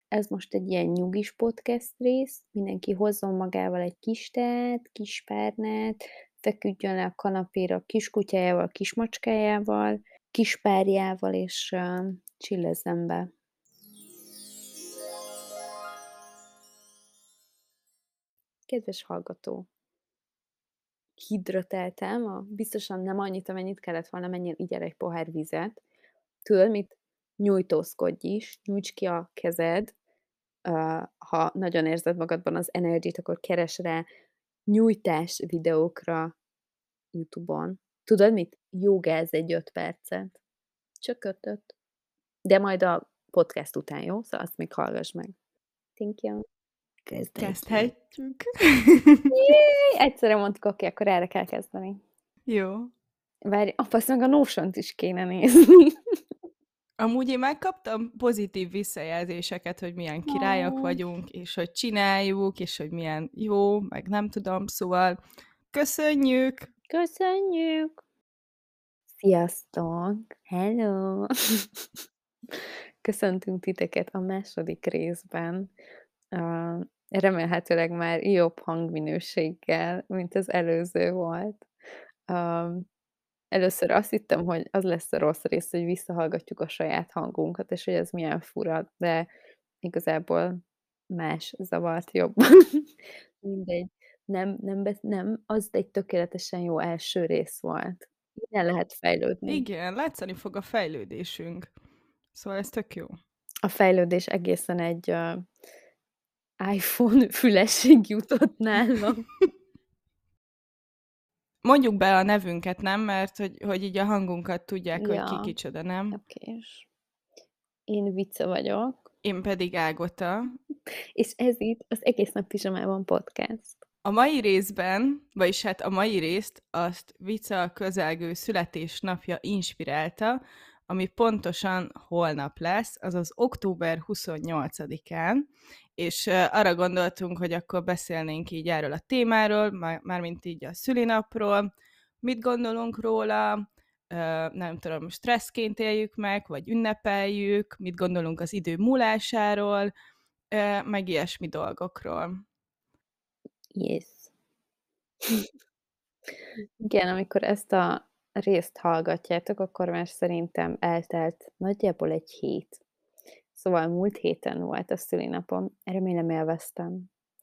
ez most egy ilyen nyugis podcast rész, mindenki hozzon magával egy kis teát, kis párnát, feküdjön le a kanapéra a kiskutyájával, kismacskájával, kis párjával, és chillezzen be. Kedves hallgató! Hidratáltam, biztosan nem annyit, amennyit kellett volna, menjél, igyál egy pohár vizet. Tudod mit? Nyújtózkodj is, nyújtsd ki a kezed, ha nagyon érzed magadban az energy-t, akkor keresd rá nyújtás videókra YouTube-on. Tudod mit? Jogázz egy 5 percet. Csak 5-öt. De majd a podcast után, jó? Szóval azt még hallgass meg. Thank you. Kezdhetjük. Kezdhetjük. Jéj! Egyszerre mondtuk, oké, akkor erre kell kezdeni. Jó. Várj, azt meg a Notion-t is kéne nézni. Amúgy én megkaptam pozitív visszajelzéseket, hogy milyen királyok vagyunk, és hogy csináljuk, és hogy milyen jó, meg nem tudom, szóval köszönjük! Köszönjük! Sziasztok! Hello! Köszöntünk titeket a második részben. Remélhetőleg már jobb hangminőséggel, mint az előző volt. Először azt hittem, hogy az lesz a rossz rész, hogy visszahallgatjuk a saját hangunkat, és hogy ez milyen fura, de igazából más zavart jobban. Mindegy. Nem, az egy tökéletesen jó első rész volt. Innen lehet fejlődni. Igen, látszani fog a fejlődésünk. Szóval ez tök jó. A fejlődés egészen egy iPhone fülesig jutott nálam. Mondjuk be a nevünket, nem? Mert hogy így a hangunkat tudják, hogy ki Ja. kicsoda, nem? Okés. Én Vica vagyok. Én pedig Ágota. És ez itt az Egész Nap Pizsamában podcast. A mai részben, vagyis hát a mai részt azt Vica közelgő születésnapja inspirálta, ami pontosan holnap lesz, azaz október 28-án, és arra gondoltunk, hogy akkor beszélnénk így erről a témáról, mármint így a szülinapról, mit gondolunk róla, nem tudom, stresszként éljük meg, vagy ünnepeljük, mit gondolunk az idő múlásáról, meg ilyesmi dolgokról. Yes. Igen, amikor ezt a részt hallgatjátok, akkor már szerintem eltelt nagyjából egy hét. Szóval múlt héten volt a szülinapom. Remélem élveztem.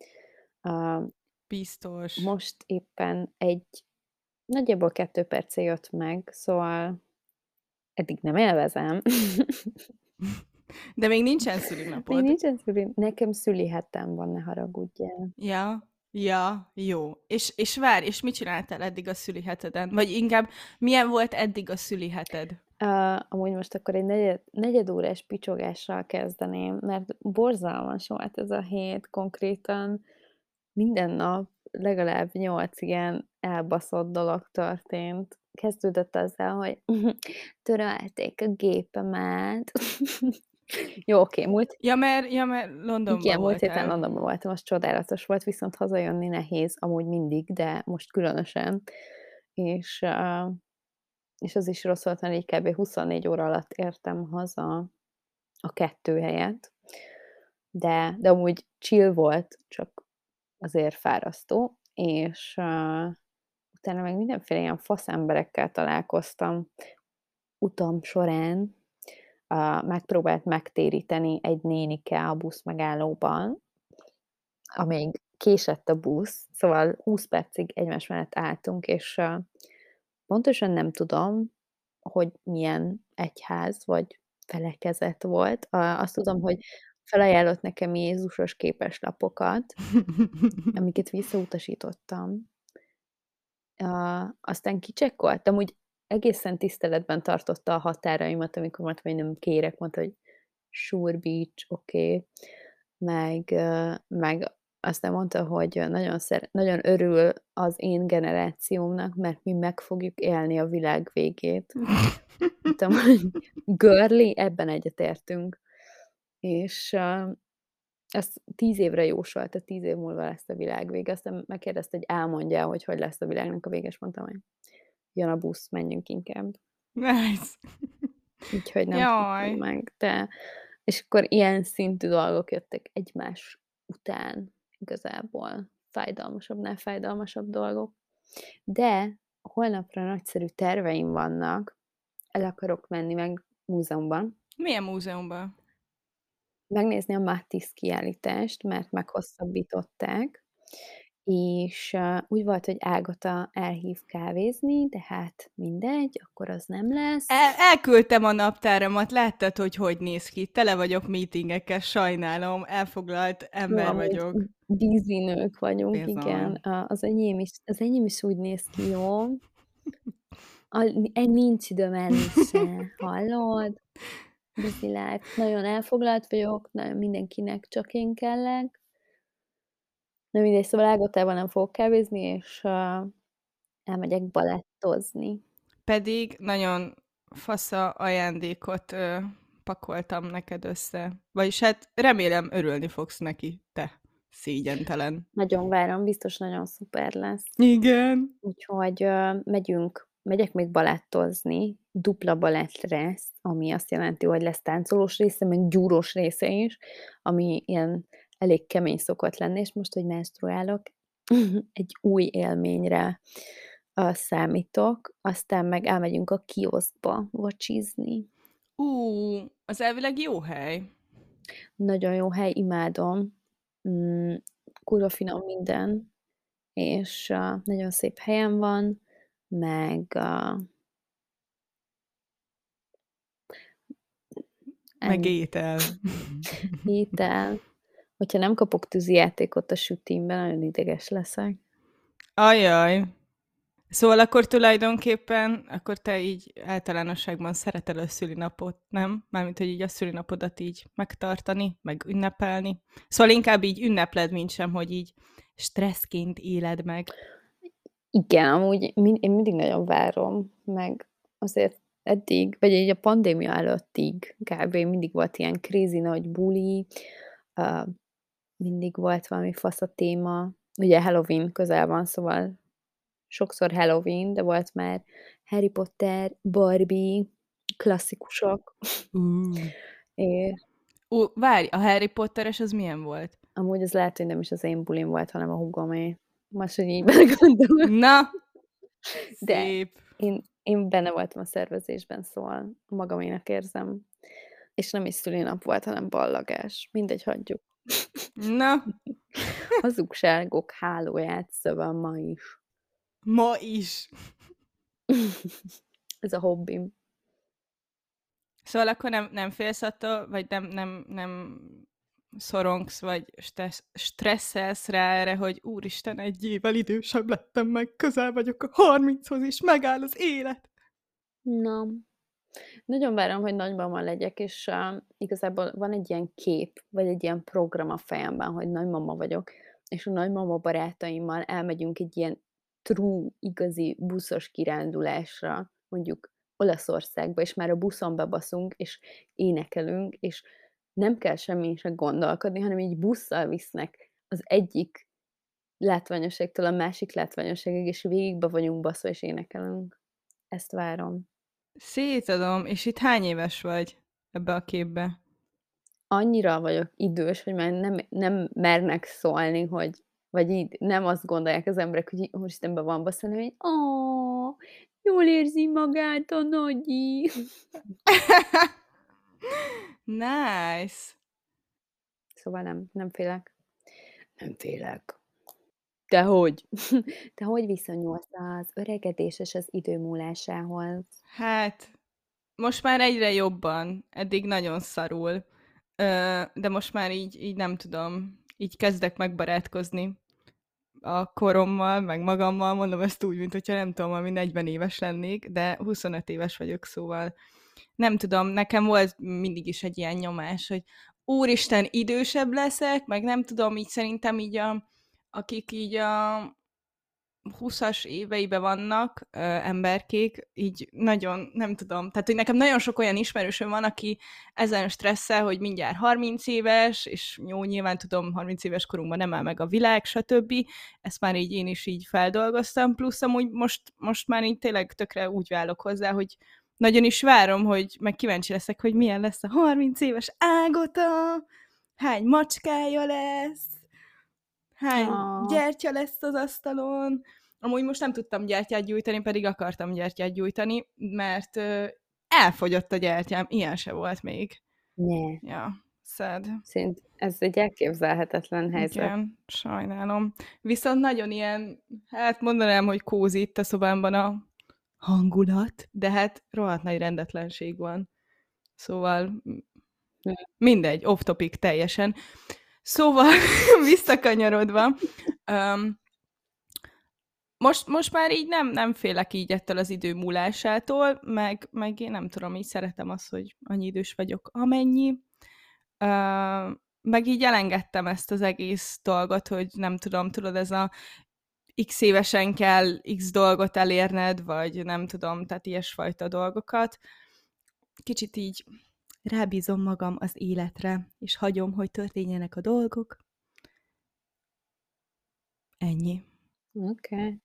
Biztos. Most éppen nagyjából 2 perce jött meg, szóval eddig nem élvezem. De még nincsen szülinapod. Még nincsen nekem szüli hetem van, ne haragudjál. Ja, jó. És várj, és mit csináltál eddig a szüli heteden? Vagy inkább, milyen volt eddig a szüli heted? Amúgy most akkor egy negyedórás picsogással kezdeném, mert borzalmas volt ez a hét, konkrétan minden nap legalább 8 ilyen elbaszott dolog történt. Kezdődött azzal, hogy törölték a gépemet. Jó, oké, Ja, mert Londonban igen, múlt héten voltál. Londonban voltam, az csodálatos volt, viszont hazajönni nehéz, amúgy mindig, de most különösen. És az is rossz volt, mert így kb. 24 óra alatt értem haza a 2 helyett. De amúgy chill volt, csak azért fárasztó, és utána meg mindenféle ilyen fasz emberekkel találkoztam utam során. Megpróbált megtéríteni egy nénike a buszmegállóban, amíg késett a busz, szóval 20 percig egymás mellett álltunk, és pontosan nem tudom, hogy milyen egyház vagy felekezet volt. Azt tudom, hogy felajánlott nekem Jézusos képeslapokat, amiket visszautasítottam. Aztán kicsekkolt, amúgy egészen tiszteletben tartotta a határaimat, amikor mondtam, hogy nem kérek, mondta, hogy sure bitch, oké. Meg aztán mondta, hogy nagyon örül az én generációmnak, mert mi meg fogjuk élni a világ végét. Mondtam, hogy girly, ebben egyetértünk. És ezt 10 évre jósolta, 10 év múlva lesz a világ vége. Aztán megkérdezte, hogy elmondja, hogy lesz a világnak a vége, és mondtam, hogy jön a busz, menjünk inkább. Nice. Úgyhogy nem tudtam meg. De És akkor ilyen szintű dolgok jöttek egymás után igazából, fájdalmasabbnál fájdalmasabb dolgok. De holnapra nagyszerű terveim vannak, el akarok menni meg múzeumban, Milyen múzeumban? megnézni a Matisse kiállítást, mert meghosszabbították, és, úgy volt, hogy Ágota elhív kávézni, de hát mindegy, akkor az nem lesz. Elküldtem a naptáramat, láttad, hogy néz ki? Tele vagyok meetingekkel, sajnálom, elfoglalt ember Amúgy vagyok. busy nők vagyunk, igen. Bizony. Az enyém is úgy néz ki jól. Nincs időm enni se, hallod? Busy life. Nagyon elfoglalt vagyok, nagyon mindenkinek csak én kellek. Na mindegy, szóval Ágotával nem fogok kávézni, és, elmegyek balettozni. Pedig nagyon fasza ajándékot pakoltam neked össze. Vagyis hát remélem örülni fogsz neki, te szégyentelen. Nagyon várom, biztos nagyon szuper lesz. Igen. Úgyhogy, megyek még balettozni, dupla balett lesz, ami azt jelenti, hogy lesz táncolós része, meg gyúrós része is, ami ilyen elég kemény szokott lenni, és most, hogy menstruálok, egy új élményre, számítok, aztán meg elmegyünk a kioszkba vacsizni. Az elvileg jó hely. Nagyon jó hely, imádom. Kurva finom minden, és, nagyon szép helyen van, meg, Meg ennyi. étel. Étel. Hogyha nem kapok tűzijátékot a sütimben, nagyon ideges leszek. Ajaj. Szóval akkor tulajdonképpen, akkor te így általánosságban szereted a szülinapot, nem? Mármint, hogy így a szülinapodat így megtartani, meg ünnepelni. Szóval inkább így ünnepled, mint sem, hogy így stresszként éled meg. Igen, amúgy én mindig nagyon várom, meg azért eddig, vagy így a pandémia előttig kb. Mindig volt ilyen crazy nagy buli, mindig volt valami fasz a téma. Ugye Halloween közel van, szóval sokszor Halloween, de volt már Harry Potter, Barbie, klasszikusok, és Várj, a Harry Potteres az milyen volt? amúgy az lehet, hogy nem is az én bulim volt, hanem a húgomé. Most, hogy így belegondolok. Na, De szép. én benne voltam a szervezésben, szóval magaménak érzem. És nem is szülinap volt, hanem ballagás. Mindegy, hagyjuk. Na, Hazugságok hálóját szövam ma is. ma is. Ez a hobbim. Szóval akkor nem félsz attól, vagy nem szorongsz, vagy stresszelsz rá erre, hogy úristen, egy évvel idősebb lettem meg, közel vagyok a 30-hoz, és megáll az élet. Na, nagyon várom, hogy nagymama legyek, és, igazából van egy ilyen kép, vagy egy ilyen program a fejemben, hogy nagymama vagyok, és a nagymama barátaimmal elmegyünk egy ilyen true, igazi buszos kirándulásra, mondjuk Olaszországba, és már a buszon bebaszunk, és énekelünk, és nem kell semmin se gondolkodni, hanem így busszal visznek az egyik látványosságtól a másik látványosságig, és végig be vagyunk baszva, és énekelünk. Ezt várom. Szétadom, és itt hány éves vagy ebbe a képbe? Annyira vagyok idős, hogy már nem mernek szólni, hogy vagy így nem azt gondolják az emberek, hogy úristen be van baszva, hanem hogy jól érzi magát a nagyi. Nice. Szóval nem félek. Nem félek. Dehogy. Te hogy viszonyulsz az öregedés és az idő múlásához? Hát, most már egyre jobban, eddig nagyon szarul, de most már így nem tudom, így kezdek megbarátkozni a korommal, meg magammal, mondom ezt úgy, mint hogyha nem tudom, ami 40 éves lennék, de 25 éves vagyok, szóval nem tudom, nekem volt mindig is egy ilyen nyomás, hogy úristen, idősebb leszek, meg nem tudom, így szerintem így akik így a 20-as éveiben vannak emberkék, így nagyon, nem tudom, tehát hogy nekem nagyon sok olyan ismerősöm van, aki ezen stresszel, hogy mindjárt 30 éves, és jó, nyilván tudom, 30 éves korunkban nem áll meg a világ, stb. Ezt már így én is így feldolgoztam, plusz amúgy most már így tényleg tökre úgy válok hozzá, hogy nagyon is várom, hogy meg kíváncsi leszek, hogy milyen lesz a 30 éves Ágota, hány macskája lesz, hány Ah, gyertya lesz az asztalon. Amúgy most nem tudtam gyertyát gyújtani, pedig akartam gyertyát gyújtani, mert elfogyott a gyertyám, ilyen se volt még. ne. Ja, sad. Ez egy elképzelhetetlen helyzet. Igen, sajnálom. Viszont nagyon ilyen, hát mondanám, hogy kózi itt a szobámban a hangulat, de hát rohadt nagy rendetlenség van. Szóval Hm. mindegy, off topic teljesen. Szóval visszakanyarodva, most már így nem félek így ettől az idő múlásától, meg én nem tudom, így szeretem azt, hogy annyi idős vagyok, amennyi. Meg így elengedtem ezt az egész dolgot, hogy nem tudom, tudod, ez a x évesen kell x dolgot elérned, vagy nem tudom, tehát ilyesfajta dolgokat. Kicsit így rábízom magam az életre, és hagyom, hogy történjenek a dolgok. Ennyi. Oké.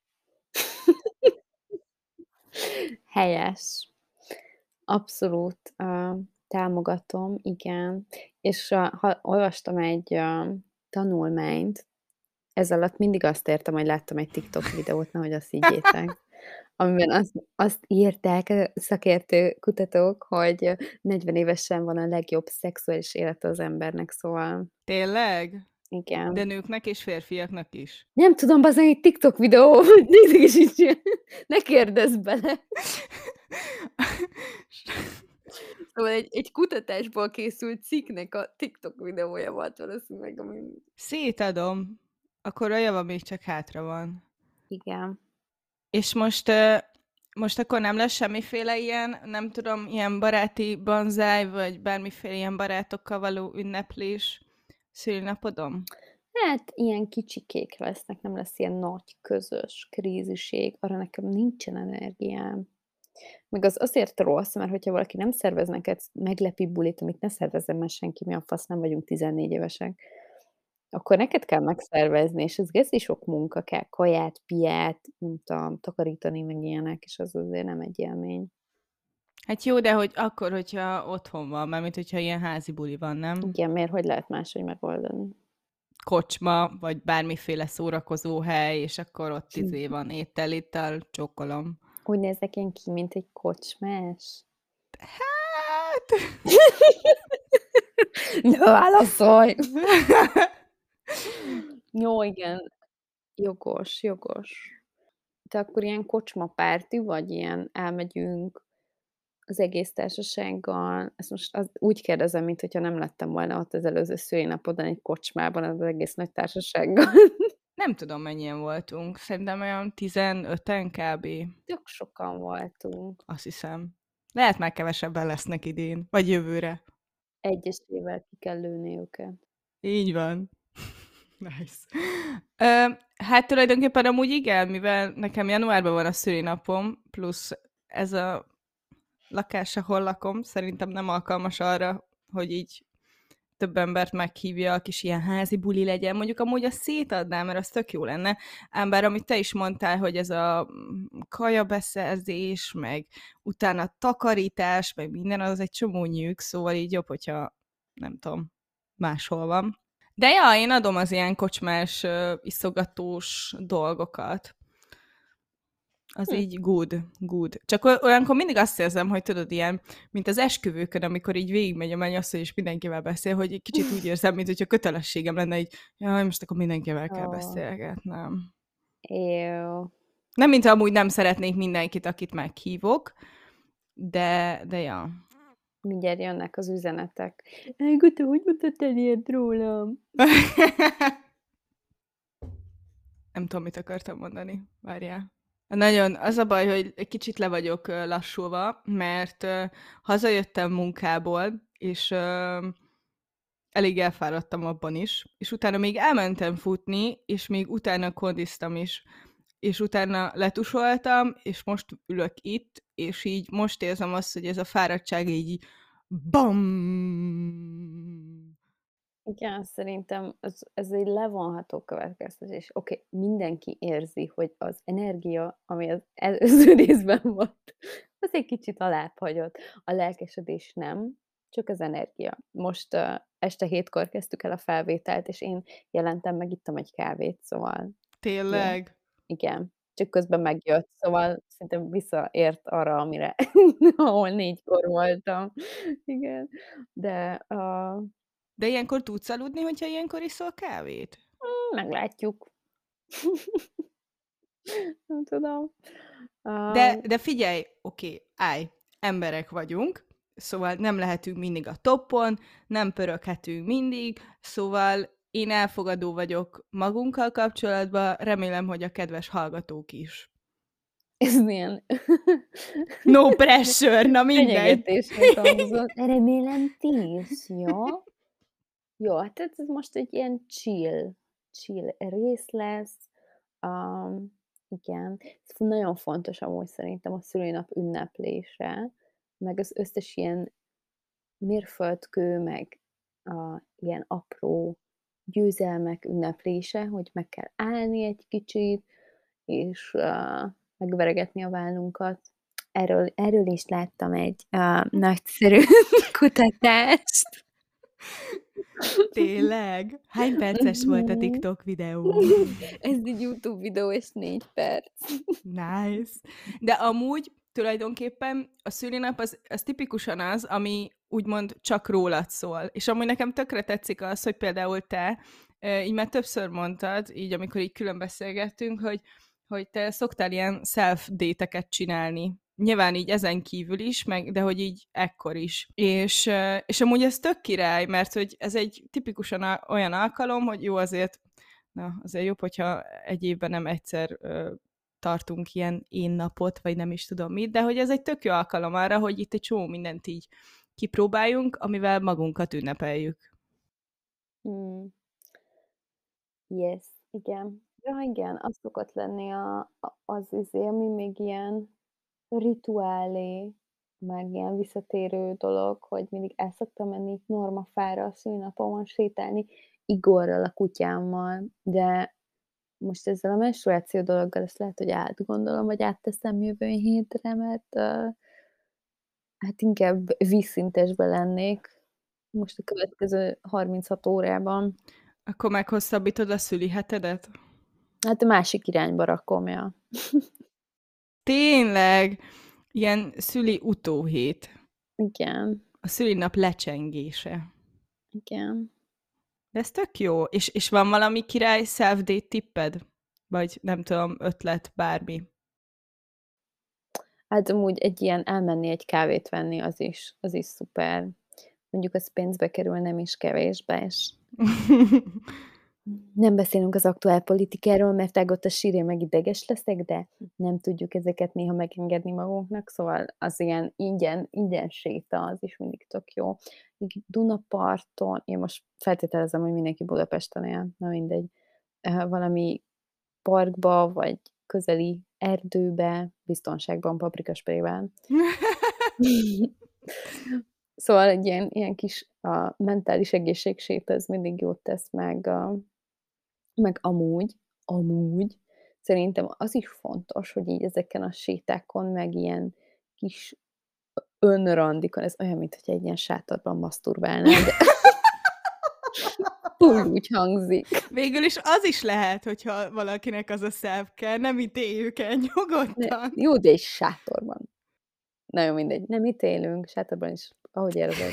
Helyes. Abszolút, támogatom, igen. És, olvastam egy, tanulmányt, ez alatt mindig azt értem, hogy láttam egy TikTok videót, nehogy azt higgyétek, amiben azt írták a szakértő kutatók, hogy 40 évesen van a legjobb szexuális élete az embernek, szóval Tényleg? De igen. nőknek és férfiaknak is. Nem tudom, bazzeg, egy TikTok videó, nézzük is így, ne kérdezz bele. Szóval egy kutatásból készült cikknek a TikTok videója volt valószínűleg, ami Szétadom. Akkor a java még csak hátra van. igen. És most akkor nem lesz semmiféle ilyen, nem tudom, ilyen baráti banzáj, vagy bármiféle ilyen barátokkal való ünneplés szülinapodon? Hát ilyen kicsikék lesznek, nem lesz ilyen nagy közös kríziség, arra nekem nincsen energiám. Meg az azért rossz, mert hogyha valaki nem szervez neked meglepi bulit, amit ne szervezzen már senki, mi a fasz, nem vagyunk 14 évesek, akkor neked kell megszervezni, és ez geci sok munka kell, kaját, piát, nem tudom, takarítani, meg ilyenek, és az azért nem egy élmény. Hát jó, de hogy akkor, hogyha otthon van, mármint hogyha ilyen házi buli van, nem? Igen, miért, hogy lehet máshogy megoldani? Kocsma, vagy bármiféle szórakozó hely, és akkor ott van étel, ital, csokolom. Úgy nézek én ki, mint egy kocsmás? Hát... Ne válaszolj! Jó, igen. Jogos, jogos. Te akkor ilyen kocsma párti vagy, ilyen elmegyünk az egész társasággal? Ezt most úgy kérdezem, minthogyha nem lettem volna ott az előző szülinapodon egy kocsmában az egész nagy társasággal. Nem tudom, mennyien voltunk. Szerintem olyan 15-en kb. Tök sokan voltunk. Azt hiszem. Lehet már kevesebben lesznek idén, vagy jövőre. Egyesével ki kell lőni őket. Így van. Nice. Hát tulajdonképpen amúgy igen, mivel nekem januárban van a szülinapom, plusz ez a lakás, ahol lakom, szerintem nem alkalmas arra, hogy így több embert meghívjak, és ilyen házi buli legyen. Mondjuk amúgy azt szétadnám, mert az tök jó lenne. Ám bár amit te is mondtál, hogy ez a kajabeszerzés, meg utána takarítás, meg minden, az egy csomó nyűg, szóval így jobb, hogyha nem tudom, máshol van. De ja, én adom az ilyen kocsmás, iszogatós dolgokat. Az így good. Csak olyankor mindig azt érzem, hogy tudod, ilyen, mint az esküvőkön, amikor így végigmegy a mennyasszony, és mindenkivel beszél, hogy egy kicsit úgy érzem, mint hogyha kötelességem lenne, így, jaj, most akkor mindenkivel kell Ó, beszélgetnem. jó. Nem, mint amúgy nem szeretnék mindenkit, akit meghívok, de ja. Mindjárt jönnek az üzenetek. Ágota, hogy mondtad ilyet rólam? Nem tudom, mit akartam mondani. Várjál. Nagyon, az a baj, hogy egy kicsit le vagyok lassulva, mert hazajöttem munkából, és elég elfáradtam abban is, és utána még elmentem futni, és még utána kondiztam is, és utána letusoltam, és most ülök itt, és így most érzem azt, hogy ez a fáradtság így BAM! Igen, szerintem ez egy levonható következtetés. Oké, mindenki érzi, hogy az energia, ami az előző részben volt, az egy kicsit alább hagyott. A lelkesedés nem, csak az energia. Most, este 7-kor kezdtük el a felvételt, és én jelentem meg, ittam egy kávét, szóval jó. Tényleg? Igen. Csak közben megjött, szóval szerintem visszaért arra, amire ahol 4-kor voltam. Igen. De, De ilyenkor tudsz aludni, hogyha ilyenkor iszol kávét? meglátjuk. Nem tudom. De figyelj, oké, állj, emberek vagyunk, szóval nem lehetünk mindig a toppon, nem pöröghetünk mindig, szóval én elfogadó vagyok magunkkal kapcsolatban, remélem, hogy a kedves hallgatók is. Ez milyen No pressure, na mindegy. fenyegetésnek hangzott. Remélem ti is, jó? Jó, hát ez most egy ilyen chill rész lesz. Igen. Ez nagyon fontos amúgy szerintem a szülinap ünneplése, meg az összes ilyen mérföldkő, meg ilyen apró győzelmek ünneplése, hogy meg kell állni egy kicsit, és megveregetni a vállunkat. Erről is láttam egy nagyszerű kutatást. Tényleg? Hány perces volt a Mhm. TikTok videó? Ez egy YouTube videó, és 4 perc. Nice. De amúgy tulajdonképpen a szülinap az tipikusan az, ami úgymond csak rólad szól. És amúgy nekem tökre tetszik az, hogy például te, így már többször mondtad, így amikor így külön beszélgettünk, hogy te szoktál ilyen self-date-eket csinálni. Nyilván így ezen kívül is, de hogy így ekkor is. És amúgy ez tök király, mert hogy ez egy tipikusan olyan alkalom, hogy jó azért, azért jobb, hogyha egy évben nem egyszer tartunk ilyen én napot, vagy nem is tudom mit, de hogy ez egy tök jó alkalom arra, hogy itt egy csomó mindent így kipróbáljunk, amivel magunkat ünnepeljük. Yes, igen. Ja, igen, az szokott lenni ami még ilyen rituálé, meg ilyen visszatérő dolog, hogy mindig el szoktam menni normafára a szülinapomon sétálni Igorral, a kutyámmal, de most ezzel a menstruáció dologgal ezt lehet, hogy átgondolom, vagy átteszem jövő hétre, mert, hát inkább vízszintesben lennék most a következő 36 órában. Akkor meghosszabbítod a szüli hetedet? Hát a másik irányba rakom, ja. Tényleg! Ilyen szüli utóhét. Igen, A szülinap lecsengése. igen. De ez tök jó. És van valami király self-date tipped? Vagy nem tudom, ötlet, bármi. Hát amúgy egy ilyen elmenni egy kávét venni, az is szuper. Mondjuk az pénzbe kerül, nem is kevésbe, és nem beszélünk az aktuál politikáról, mert a sírén meg ideges leszek, de nem tudjuk ezeket néha megengedni magunknak, szóval az ilyen ingyen séta, az is mindig tök jó. Így Dunaparton, én most feltételezem, hogy mindenki Budapesten él, na mindegy, valami parkba, vagy közeli erdőbe, biztonságban, paprikasprével. Szóval egy ilyen kis mentális egészségséta, ez mindig jót tesz, meg amúgy szerintem az is fontos, hogy így ezeken a sétákon, meg ilyen kis önrandikon, ez olyan, minthogyha egy ilyen sátorban maszturbálnál, de úgy hangzik. Végül is az is lehet, hogyha valakinek az a self kell, nem ítéljük el nyugodtan. Jó, de egy sátorban. Na jó, mindegy. Nem ítélünk, sátorban is, ahogy érzed.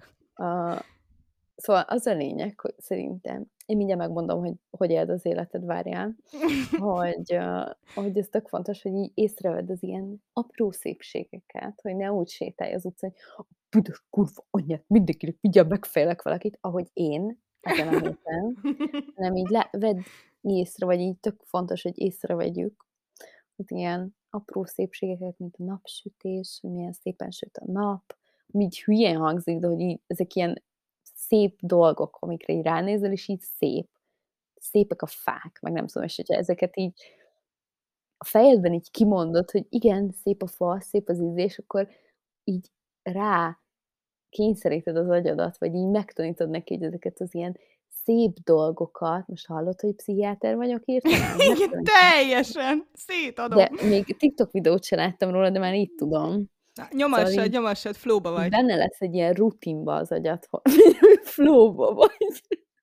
Szóval az a lényeg, hogy szerintem én mindjárt megmondom, hogy éld az életed, várjál, hogy ez tök fontos, hogy így észrevedd az ilyen apró szépségeket, hogy ne úgy sétálj az utcán, hogy büdös kurva anyját, mindenkinek mindjárt megfejlek valakit, ahogy én ezen a héten, hanem így vedd észre, vagy így tök fontos, hogy észrevegyük az ilyen apró szépségeket, mint a napsütés, hogy milyen szépen süt a nap, így hülyén hangzik, de hogy így ezek ilyen szép dolgok, amikre így ránézel, és így szépek a fák, meg nem tudom, és hogyha ezeket így a fejedben így kimondod, hogy igen, szép a fa, szép az ízés, akkor így rá kényszeríted az agyadat, vagy így megtanítod neki, hogy ezeket az ilyen szép dolgokat, most hallod, hogy pszichiáter vagyok hirtelen? Igen, teljesen! Szétadom! De még TikTok videót se láttam róla, de már így tudom. Na, Szóval nyomassad, így nyomassad, flowba vagy. benne lesz egy ilyen rutinba az agyad, hogy flowba vagy.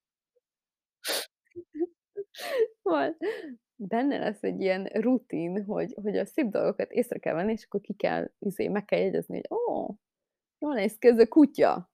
Vagy benne lesz egy ilyen rutin, hogy a szép dolgokat észre kell venni, és akkor ki kell meg kell jegyezni, hogy ó, jól néz ki ez a kutya.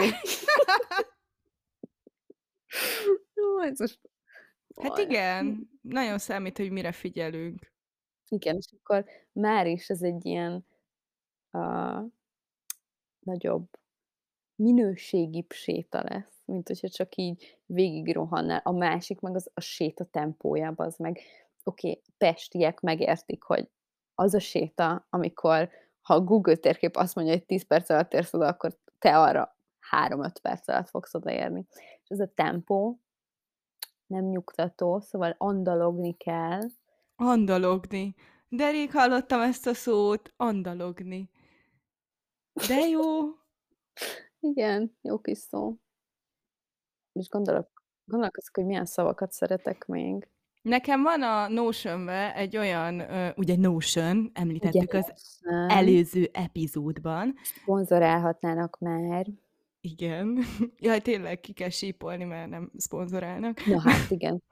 Jó, ez most Hát oj. igen, nagyon számít, hogy mire figyelünk. Igen, és akkor már is ez egy ilyen, a nagyobb minőségibb séta lesz, mint hogyha csak így végigrohannál. A másik meg az a séta tempójába, az meg pestiek megértik, hogy az a séta, amikor ha a Google térkép azt mondja, hogy 10 perc alatt érsz oda, akkor te arra 3-5 perc alatt fogsz odaérni. És ez a tempó nem nyugtató, szóval andalogni kell. Andalogni. De rég hallottam ezt a szót, andalogni. De jó. Igen, jó kis szó. És gondolkozok, hogy milyen szavakat szeretek még. Nekem van a Notion-be egy olyan, ugye Notion, Ugye, említettük az Notion, előző epizódban. szponzorálhatnának már. Igen. Jaj, tényleg ki kell sípolni, mert nem szponzorálnak. Na hát, igen.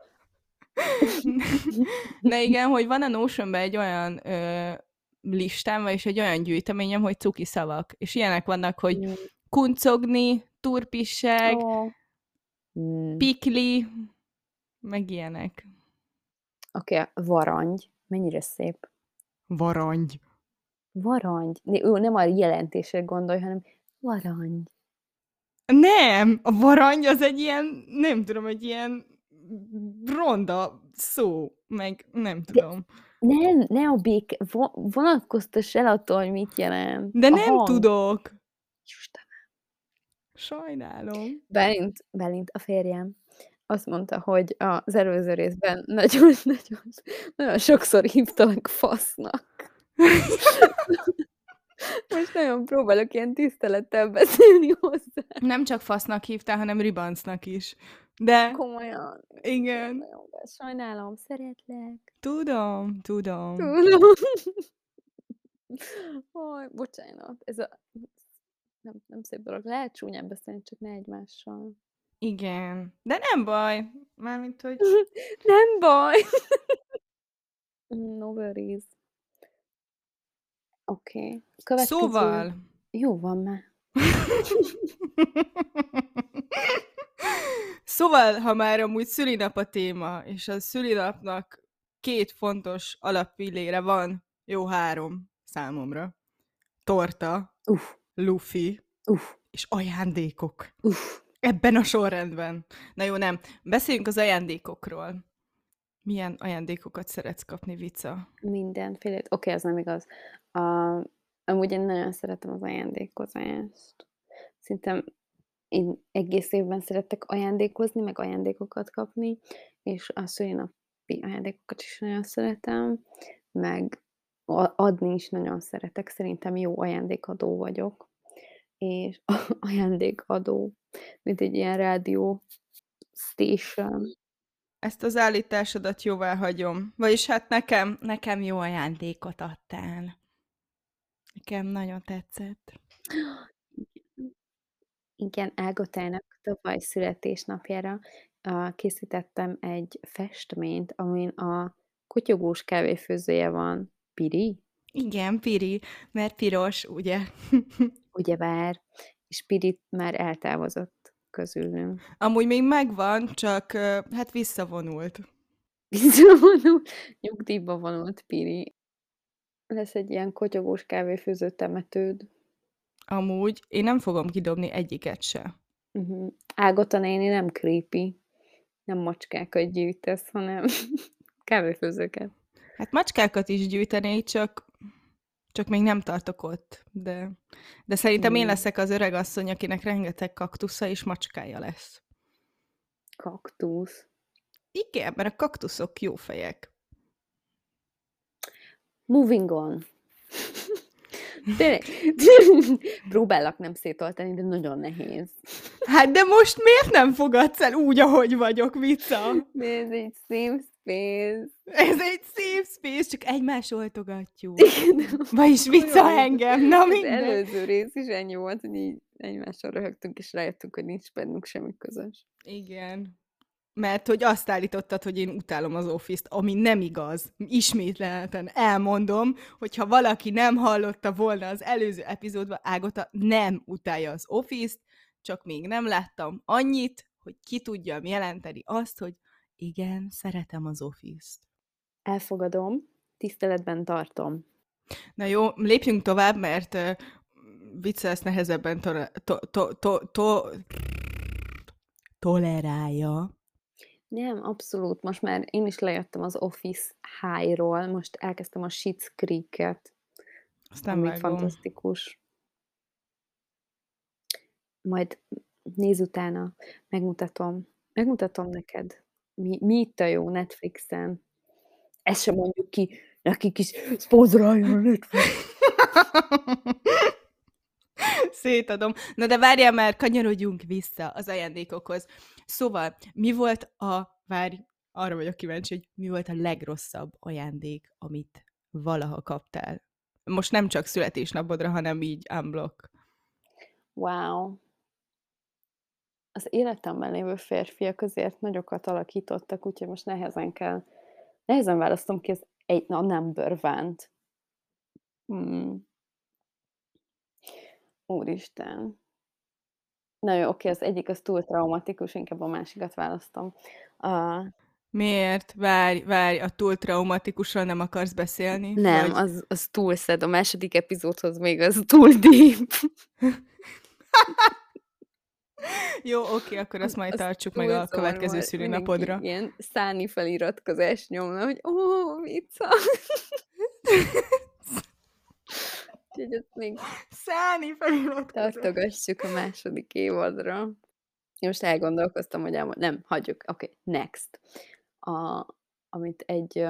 De igen, hogy van a Notion-ben egy olyan listám, vagyis egy olyan gyűjteményem, hogy cuki szavak. És ilyenek vannak, hogy Mm. kuncogni, turpisság, Ó. Mm. pikli, meg ilyenek. Varangy. Mennyire szép. Varangy. Varangy. Jó, nem a jelentésre gondolj, hanem varangy. Nem! A varangy az egy ilyen, nem tudom, egy ilyen ronda szó, meg nem tudom. Nem, ne a vonatkoztass el attól, hogy mit jelent. De A nem hang. tudok. Istenem. Sajnálom. Bálint, a férjem, azt mondta, hogy az előző részben nagyon sokszor hívtalak fasznak. Most nagyon próbálok ilyen tisztelettel beszélni hozzá. Nem csak fasznak hívtál, hanem ribancnak is. De Komolyan. igen. Nagyon sajnálom, szeretlek. Tudom. Tudom. Aj, bocsánat. Ez nem szép dolog. Lehet csúnyán beszélni, csak ne egymással. Igen. De nem baj. Mármint, hogy... Nem baj. No worries. Oké. Következő. Szóval... Jó van már. Szóval, ha már amúgy szülinap a téma, és a szülinapnak 2 fontos alappillére van, jó 3 számomra. Torta, lufi és ajándékok. Ebben a sorrendben. Na jó, nem. Beszéljünk az ajándékokról. Milyen ajándékokat szeretsz kapni, Vica? Mindenfélét. Ez nem igaz. Amúgy én nagyon szeretem az ajándékozást. Szerintem én egész évben szeretek ajándékozni, meg ajándékokat kapni, és a szülinapi ajándékokat is nagyon szeretem, meg adni is nagyon szeretek. Szerintem jó ajándékadó vagyok. És ajándékadó, mint egy ilyen rádió station. Ezt az állításodat jóvá hagyom. Vagyis hát nekem jó ajándékot adtál. Nekem nagyon tetszett. Igen, Ágotának tavaly születésnapjára készítettem egy festményt, amin a kotyogós kávéfőzője van. Piri? Igen, Piri, mert piros, ugye? Ugyebár. És Piri már eltávozott közülünk. Amúgy még megvan, csak hát visszavonult. Visszavonult, nyugdíjba vonult Piri. Lesz egy ilyen kotyogós kávéfőző temetőd. Amúgy én nem fogom kidobni egyiket se. Ágota néni nem creepy. Nem macskákat gyűjtesz, hanem kávéfőzőket. Hát macskákat is gyűjtenék, csak még nem tartok ott. De szerintem én leszek az öreg asszony, akinek rengeteg kaktusza és macskája lesz. Kaktusz. Igen, mert a kaktuszok jó fejek. Moving on. Tényleg. Próbálok nem szétoltani, de nagyon nehéz. Hát de most miért nem fogadsz el úgy, ahogy vagyok, Vica? De ez egy safe space. Ez egy safe space, csak egymás oltogatjuk. Igen, Vagyis Vica kurva vicces. engem, na Az mindegy. előző rész is ennyi volt, hogy így egymással röhögtünk, és rájöttünk, hogy nincs bennünk semmi közös. Igen. Mert hogy azt állítottad, hogy én utálom az Office-t, ami nem igaz. Ismételten elmondom, hogyha valaki nem hallotta volna az előző epizódban, Ágota nem utálja az Office-t, csak még nem láttam annyit, hogy ki tudjam jelenteni azt, hogy igen, szeretem az Office-t. Elfogadom, tiszteletben tartom. Na jó, lépjünk tovább, mert Vicca ezt nehezebben tolerálja. Nem, abszolút. Most már én is lejöttem az Office high-ról, most elkezdtem a Schitt's Creek-et, Azt nem ami vágom. fantasztikus. Majd nézz utána, megmutatom neked. Mi itt a jó Netflixen. Ezt sem mondjuk ki, nekik is szponzoráljon a Netflix. Szétadom. Na de várjál már, kanyarodjunk vissza az ajándékokhoz. Szóval, mi volt várj, arra vagyok kíváncsi, hogy mi volt a legrosszabb ajándék, amit valaha kaptál? Most nem csak születésnapodra, hanem így unblock. Wow. Az életemben lévő férfiak azért nagyokat alakítottak, úgyhogy most nehezen választom ki a number one-t. Úristen. Na jó, oké, az egyik az túl traumatikus, inkább a másikat választom. Miért? Várj, a túl traumatikusról nem akarsz beszélni? Nem, Vagy... az túl szed, a második epizódhoz még az túl deep. Jó, oké, akkor azt majd Az tartsuk meg túl a következő szomorú, szülinapodra. mindenki ilyen száni feliratkozást nyomna, hogy vicca. Úgyhogy ezt még Száni feliratkozás. tartogassuk a második évadra. Én most elgondolkoztam, hogy nem, hagyjuk. Oké, next. Amit egy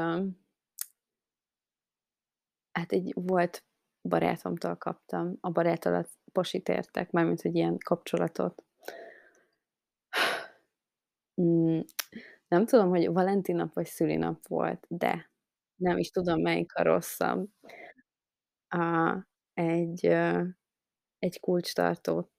volt barátomtól kaptam. A barát alatt pasit értek, mármint, hogy ilyen kapcsolatot. Nem tudom, hogy Valentin nap vagy szülinap volt, de nem is tudom, melyik a rosszabb. Egy kulcstartót.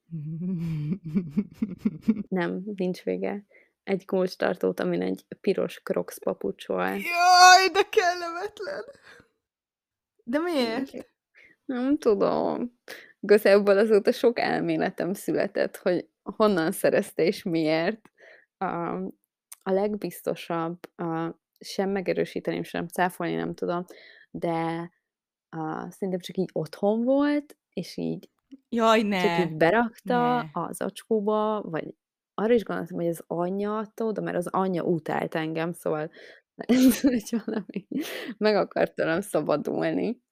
Nem, nincs vége. Egy kulcstartót, amin egy piros Crocs papucs volt. Jaj, de kellemetlen! De miért? Nem tudom. Igazából azóta sok elméletem született, hogy honnan szerezte és miért. A legbiztosabb, sem megerősíteni, sem cáfolni nem tudom, de szerintem csak így otthon volt, és így Jaj, csak így berakta ne. a zacskóba, vagy arra is gondoltam, hogy az anyja adta oda, mert az anyja utált engem, szóval hogy valami meg akart tőlem szabadulni.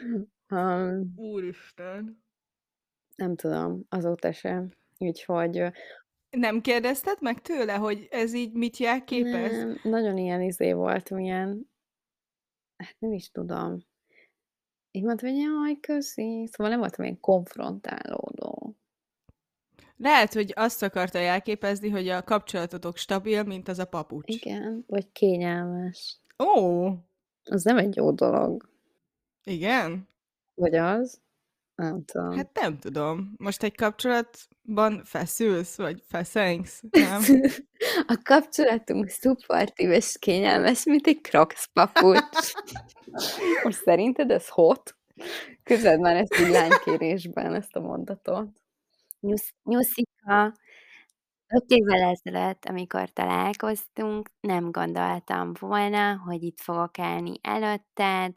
Úristen. Nem tudom, azóta sem. Úgyhogy Nem kérdezted meg tőle, hogy ez így mit jelképez? nem, nagyon ilyen volt, milyen hát nem is tudom. Így mondtam, hogy jaj, köszi. Szóval nem voltam ilyen konfrontálódó. Lehet, hogy azt akarta jelképezni, hogy a kapcsolatotok stabil, mint az a papucs. Igen, vagy kényelmes. Ó! Az nem egy jó dolog. Igen? Vagy az? Nem tudom. Hát nem tudom. Most egy kapcsolatban feszülsz, vagy feszengsz, nem? A kapcsolatunk szupportív és kényelmes, mint egy Crocs papucs. Most szerinted ez hot? Képzeld már ezt így lánykérésben, ezt a mondatot. Nyuszika, 5 évvel ezelőtt, amikor találkoztunk, nem gondoltam volna, hogy itt fogok állni előtted.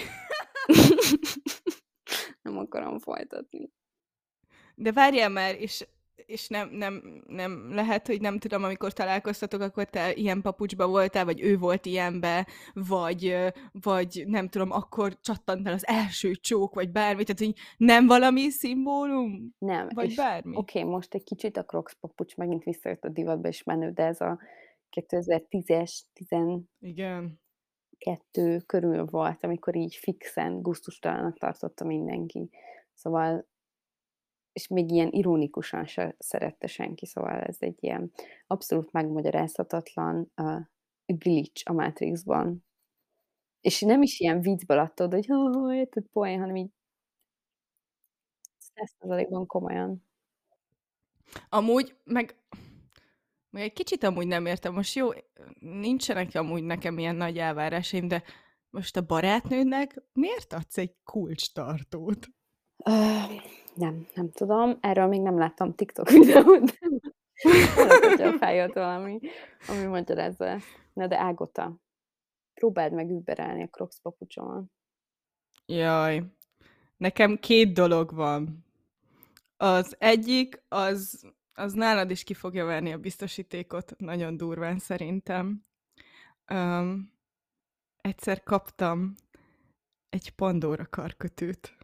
Nem akarom folytatni. De várjál már, és nem lehet, hogy nem tudom, amikor találkoztatok, akkor te ilyen papucsba voltál, vagy ő volt ilyenbe, vagy nem tudom, akkor csattant el az első csók, vagy bármi, tehát hogy nem valami szimbólum? Nem, Vagy és bármi? oké, most egy kicsit a Crocs papucs megint visszajött a divatba, és menő, de ez a 2010-es, 12 Igen. körül volt, amikor így fixen gusztustalannak tartotta mindenki. Szóval és még ilyen ironikusan se szerette senki, szóval ez egy ilyen abszolút megmagyarázhatatlan, glitch a Matrixban. És nem is ilyen viccből adtad, hogy érted, poén, hanem így 100%-ban komolyan. Amúgy meg egy kicsit amúgy nem értem. Most jó, nincsenek amúgy nekem ilyen nagy elvárásaim, de most a barátnődnek miért adsz egy kulcstartót? Ö, nem tudom, erről még nem láttam TikTok videót, de lehet, hogyha feljött valami, ami magyarázza ezt. Na de Ágota, próbáld meg überelni a Crocs papucsomat. Jaj, nekem 2 dolog van. Az egyik, az nálad is ki fogja verni a biztosítékot, nagyon durván szerintem. Egyszer kaptam egy Pandora karkötőt.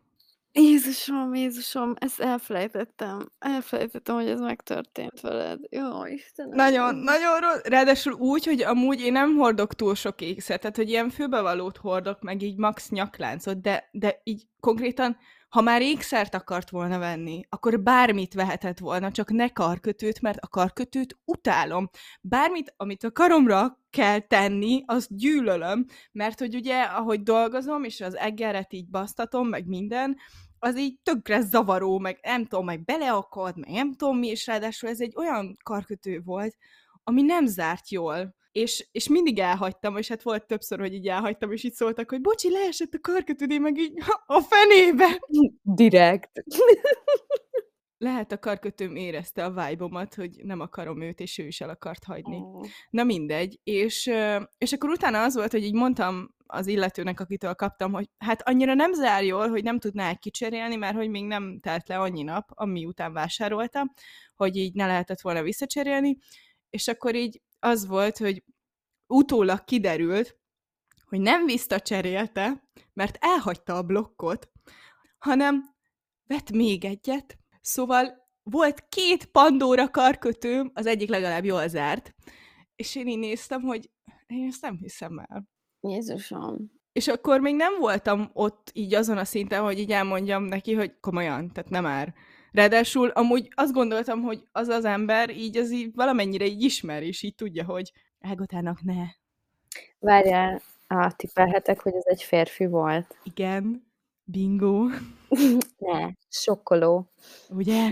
Jézusom, ezt elfelejtettem. Elfelejtettem, hogy ez megtörtént veled. Jó, Istenem. Nagyon, nagyon rossz. Ráadásul úgy, hogy amúgy én nem hordok túl sok ékszert, tehát hogy ilyen főbevalót hordok, meg így max nyakláncot, de így konkrétan, ha már ékszert akart volna venni, akkor bármit vehetett volna, csak ne karkötőt, mert a karkötőt utálom. Bármit, amit a karomra kell tenni, azt gyűlölöm, mert hogy ugye, ahogy dolgozom, és az eggeret így basztatom, meg minden, az így tökre zavaró, meg nem tudom, meg beleakad, meg nem tudom mi, és ráadásul ez egy olyan karkötő volt, ami nem zárt jól. És mindig elhagytam, és hát volt többször, hogy így elhagytam, és így szóltak, hogy bocsi, leesett a karkötőd, én meg így a fenébe. Direkt. Lehet a karkötőm érezte a vibe-omat, hogy nem akarom őt, és ő is el akart hagyni. Ó. Na mindegy. És akkor utána az volt, hogy így mondtam az illetőnek, akitől kaptam, hogy hát annyira nem zár jól, hogy nem tudná kicserélni, mert hogy még nem telt le annyi nap, ami után vásároltam, hogy így ne lehetett volna visszacserélni. És akkor így az volt, hogy utólag kiderült, hogy nem visszacserélte, mert elhagyta a blokkot, hanem vett még egyet. Szóval volt 2 Pandora karkötőm, az egyik legalább jól zárt, és én így néztem, hogy én ezt nem hiszem el. Jézusom. És akkor még nem voltam ott így azon a szinten, hogy így elmondjam neki, hogy komolyan, tehát nem már. Ráadásul amúgy azt gondoltam, hogy az az ember az így valamennyire így ismer, és így tudja, hogy Ágotának ne. Várjál, tippelhetek, hogy ez egy férfi volt. Igen, bingo. Ne, sokkoló. Ugye?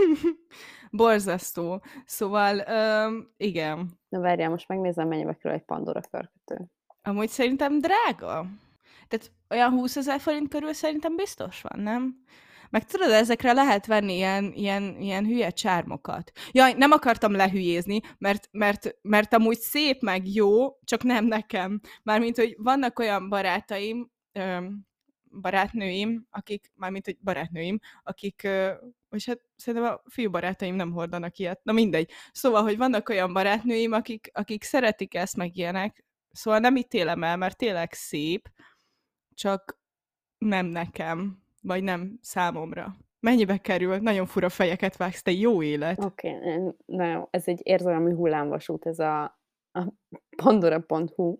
Borzasztó. Szóval, igen. Na várjál, most megnézem, mennyibe kerül egy Pandora karkötő. Amúgy szerintem drága. Tehát olyan 20 000 forint körül szerintem biztos van, nem? Meg tudod, ezekre lehet venni ilyen hülye csármokat. Jaj, nem akartam lehülyézni, mert amúgy szép meg jó, csak nem nekem. Mármint, hogy vannak olyan barátnőim, akik, és hát szerintem a fiú barátaim nem hordanak ilyet. Na mindegy. Szóval, hogy vannak olyan barátnőim, akik szeretik ezt, meg ilyenek. Szóval nem ítélem el, mert tényleg szép, csak nem nekem, vagy nem számomra. Mennyibe kerül? Nagyon fura fejeket vágsz, te jó élet. Oké, na jó, ez egy érzelmi hullámvasút, ez a pandora.hu.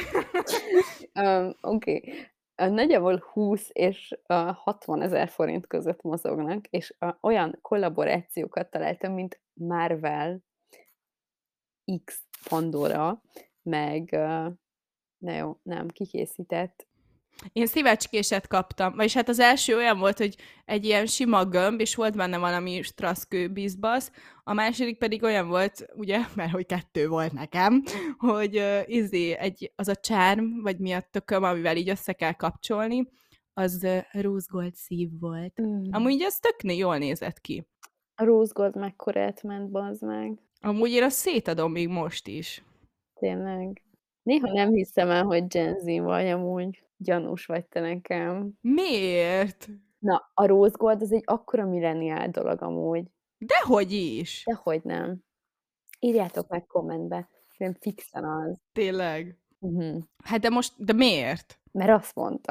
Oké. Nagyjából 20 és 60 000 forint között mozognak, és olyan kollaborációkat találtam, mint Marvel, X Pandora, meg na jó, nem, kikészített. Én szívecskéset kaptam, vagyis hát az első olyan volt, hogy egy ilyen sima gömb, és volt benne valami straszkő bizbasz, a második pedig olyan volt, ugye, mert hogy 2 volt nekem, hogy az a csárm, vagy mi a tököm, amivel így össze kell kapcsolni, az rose gold szív volt. Amúgy az tök jól nézett ki. A Rose Gold mekkorát ment, bazd meg. Amúgy én azt szétadom még most is. Tényleg. Néha nem hiszem el, hogy Gen Z vagy, amúgy gyanús vagy te nekem. Miért? Na, a Rose Gold az egy akkora millenial dolog amúgy. Dehogy is. Dehogy nem. Írjátok meg kommentbe. Szerintem fixen az. Tényleg. Uh-huh. Hát de miért? Mert azt mondta.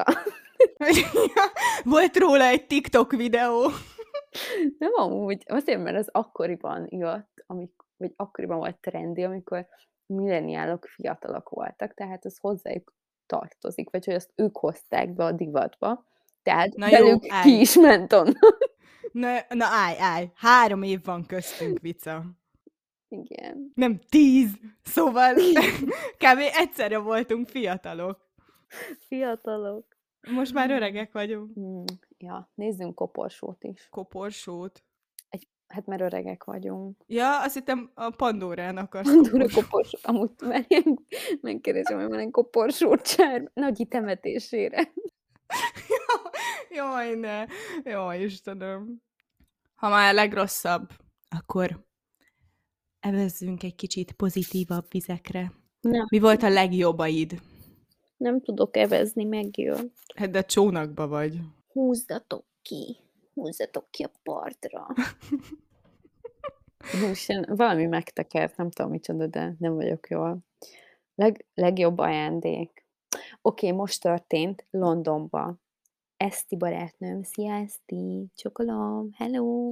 Volt róla egy TikTok videó. Nem amúgy. Azért, mert az akkoriban jött, vagy akkoriban volt trendi, amikor milleniálok fiatalok voltak, tehát az hozzájuk tartozik, vagy hogy azt ők hozták be a divatba. Tehát Na velük jó, ki is ment onnan. Na állj. 3 év van köztünk, Vica. Igen. Nem 10. Szóval kb. Egyszerre voltunk fiatalok. Fiatalok. Most már öregek vagyunk. Ja, nézzünk koporsót is. Koporsót. Hát mert öregek vagyunk. Ja, azt hittem a Pandórán akarsz Pandora koporsót. koporsó. Amúgy már ilyen megkérdezem, hogy van egy koporsócsár Nagyi temetésére. Jaj, ne. Jaj, Istenem. Ha már a legrosszabb, akkor evezzünk egy kicsit pozitívabb vizekre. Mi volt a legjobbaid? Nem tudok evezni, megjön. Hát de csónakba vagy. Húzzatok ki a partra. Valami megtekert, nem tudom micsoda, de nem vagyok jól. Legjobb ajándék. Oké, most történt Londonba. Eszti barátnőm, szia Eszti, csokolom, hello!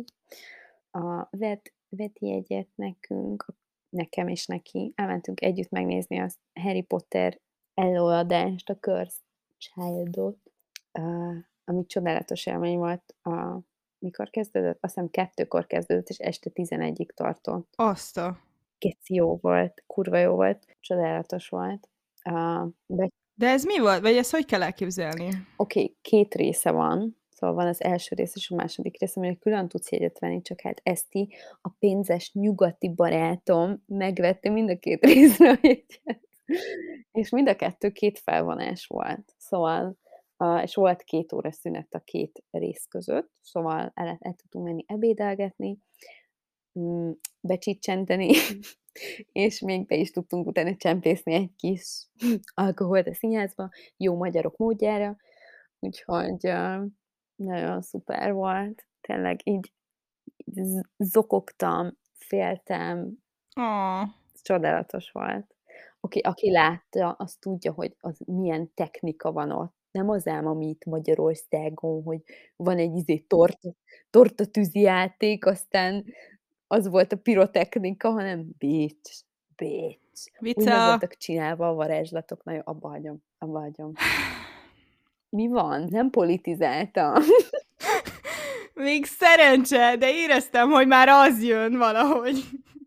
Vett jegyet nekünk, nekem és neki. Elmentünk együtt megnézni a Harry Potter előadást, a Cursed Child-ot, ami csodálatos élmény volt. Mikor kezdődött? Azt hiszem 2-kor kezdődött, és este 11-ig tartott. Azt a... Geci jó volt, kurva jó volt, csodálatos volt. De ez mi volt? Vagy ezt hogy kell elképzelni? Oké, 2 része van, szóval van az első rész és a második rész, amire külön tudsz jegyet venni, csak hát Eszti, a pénzes nyugati barátom megvette mind a 2 részre a jegyet. És mind a 2 felvonás volt. Szóval, és volt 2 óra szünet a 2 rész között, szóval el tudtunk menni ebédelgetni, becsicsenteni, és még be is tudtunk utána csempészni egy kis alkoholt a színházba, jó magyarok módjára, úgyhogy nagyon szuper volt. Tényleg így zokogtam, féltem, csodálatos volt. Aki látta, az tudja, hogy az milyen technika van ott. Nem az ám, ami itt Magyarországon, hogy van egy tortatűzi játék, aztán az volt a pirotechnika, hanem Bécs. Úgy meg Vica! voltak csinálva a varázslatok. Na jó, abba hagyom. Mi van? Nem politizáltam. Még szerencse, de éreztem, hogy már az jön valahogy.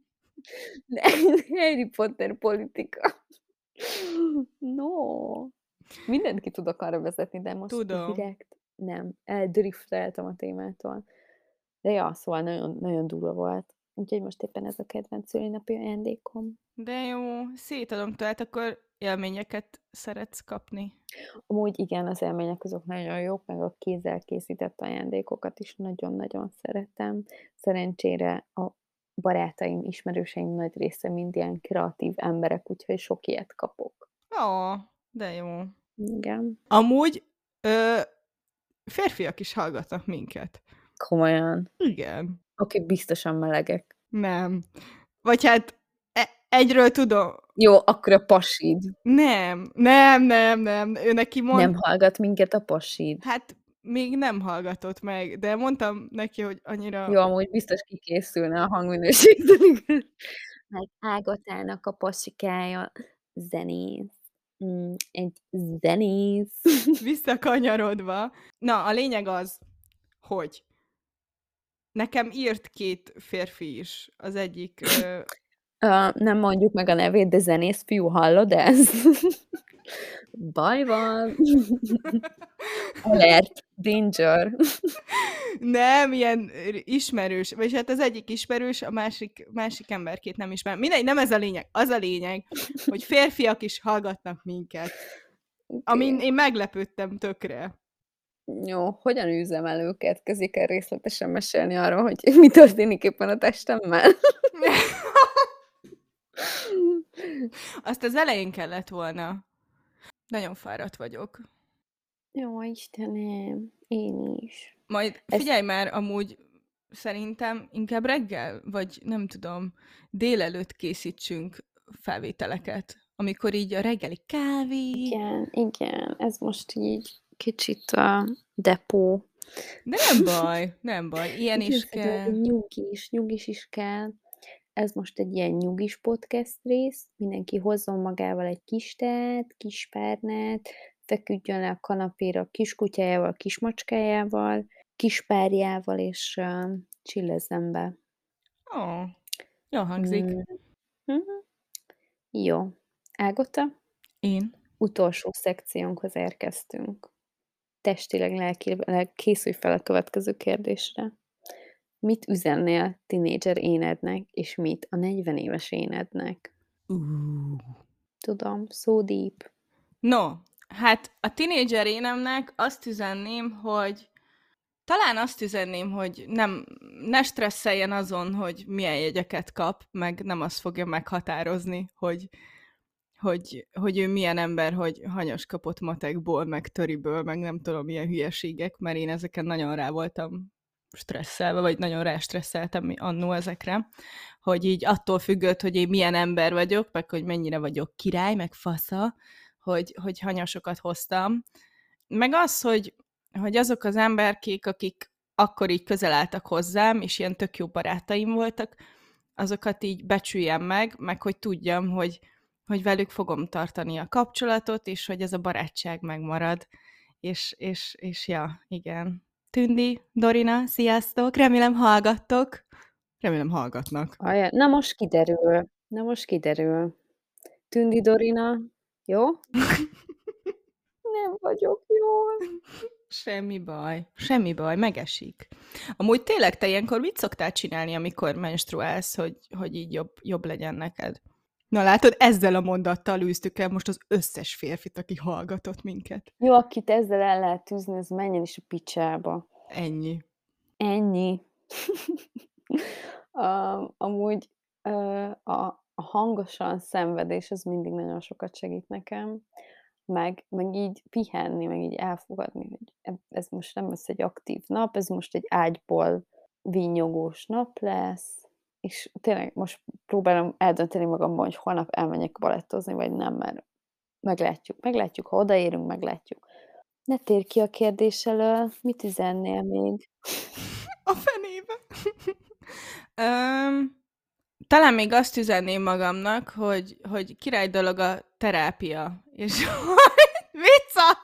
Harry Potter politika. No. Mindent ki tudok arra vezetni, de most direkt nem. Eldrifteltem a témától. De ja, szóval nagyon, nagyon durva volt. Úgyhogy most éppen ez a kedvenc szülinapi ajándékom. De jó, szétadom, tehát akkor élményeket szeretsz kapni. Amúgy igen, az élmények azok nagyon jók, meg a kézzel készített ajándékokat is nagyon-nagyon szeretem. Szerencsére a barátaim, ismerőseim nagy része mind ilyen kreatív emberek, úgyhogy sok ilyet kapok. De jó. Igen. Amúgy férfiak is hallgatnak minket. Komolyan? Igen. Oké, biztosan melegek. Nem. Vagy hát egyről tudom. Jó, akkor a pasid. Nem. Ő neki Nem hallgat minket a pasid. Hát még nem hallgatott meg, de mondtam neki, hogy annyira... Jó, amúgy biztos kikészülne a hangminőségtől. Meg Ágatának a pasikája zenész. Egy zenész. Visszakanyarodva. Na, a lényeg az, hogy nekem írt 2 férfi is. Az egyik... Nem mondjuk meg a nevét, de zenész fiú, hallod ezt? Baj van. Alert, danger. Nem, ilyen ismerős, vagy hát az egyik ismerős, a másik emberkét nem ismer. Mindegy, nem ez a lényeg. Az a lényeg, hogy férfiak is hallgatnak minket. Amin én meglepődtem tökre. Jó, hogyan űzem el őket? Kezdjék el részletesen mesélni arról, hogy mi történik éppen a testemmel. Azt az elején kellett volna. Nagyon fáradt vagyok. Jó, Istenem, én is. Majd figyelj már, amúgy szerintem inkább reggel, vagy nem tudom, délelőtt készítsünk felvételeket, amikor így a reggeli kávé... Igen, ez most így kicsit a depó. De nem baj, ilyen is kell. Nyugis is kell. Ez most egy ilyen nyugis podcast rész, mindenki hozzon magával egy kis teát, kis párnát, feküdjön le a kanapéra a kiskutyájával, kismacskájával, kis párjával, és, chillezzen be. Ó, jól hangzik. Mm, mhm. Jó. Ágota, Én? utolsó szekciónkhoz érkeztünk. Testileg, lelkileg készülj fel a következő kérdésre. Mit üzennél tinédzser énednek, és mit a 40 éves énednek? Tudom, so deep. No, hát a tinédzser énemnek azt üzenném, hogy talán azt üzenném, hogy ne stresszeljen azon, hogy milyen jegyeket kap, meg nem azt fogja meghatározni, hogy ő milyen ember, hogy hanyas kapott matekból, meg töriből, meg nem tudom, milyen hülyeségek, mert én ezeken nagyon rá voltam stresszelve, vagy nagyon rá stresszeltem annó ezekre, hogy így attól függött, hogy én milyen ember vagyok, meg hogy mennyire vagyok király, meg fasza, hogy hanyasokat hoztam. Meg az, hogy azok az emberkék, akik akkor így közel álltak hozzám, és ilyen tök jó barátaim voltak, azokat így becsüljem meg hogy tudjam, hogy velük fogom tartani a kapcsolatot, és hogy ez a barátság megmarad. És ja, igen. Tündi, Dorina, sziasztok! Remélem hallgattok. Remélem hallgatnak. Na most kiderül. Tündi Dorina, jó? Nem vagyok jól. Semmi baj, megesik. Amúgy tényleg te ilyenkor mit szoktál csinálni, amikor menstruálsz, hogy így jobb legyen neked? Na látod, ezzel a mondattal űztük el most az összes férfit, aki hallgatott minket. Jó, akit ezzel el lehet tűzni, az menjen is a picsába. Ennyi. Ennyi. Amúgy a hangosan szenvedés az mindig nagyon sokat segít nekem, meg így pihenni, meg így elfogadni, hogy ez most nem lesz egy aktív nap, ez most egy ágyból vinnyogós nap lesz, és tényleg most próbálom eldönteni magamban, hogy holnap elmenjek balettozni, vagy nem, mert meglátjuk, ha odaérünk, meglátjuk. Ne térj ki a kérdés elől, mit üzennél még? A fenébe. Talán még azt üzenném magamnak, hogy király dolog a terápia. És vicca!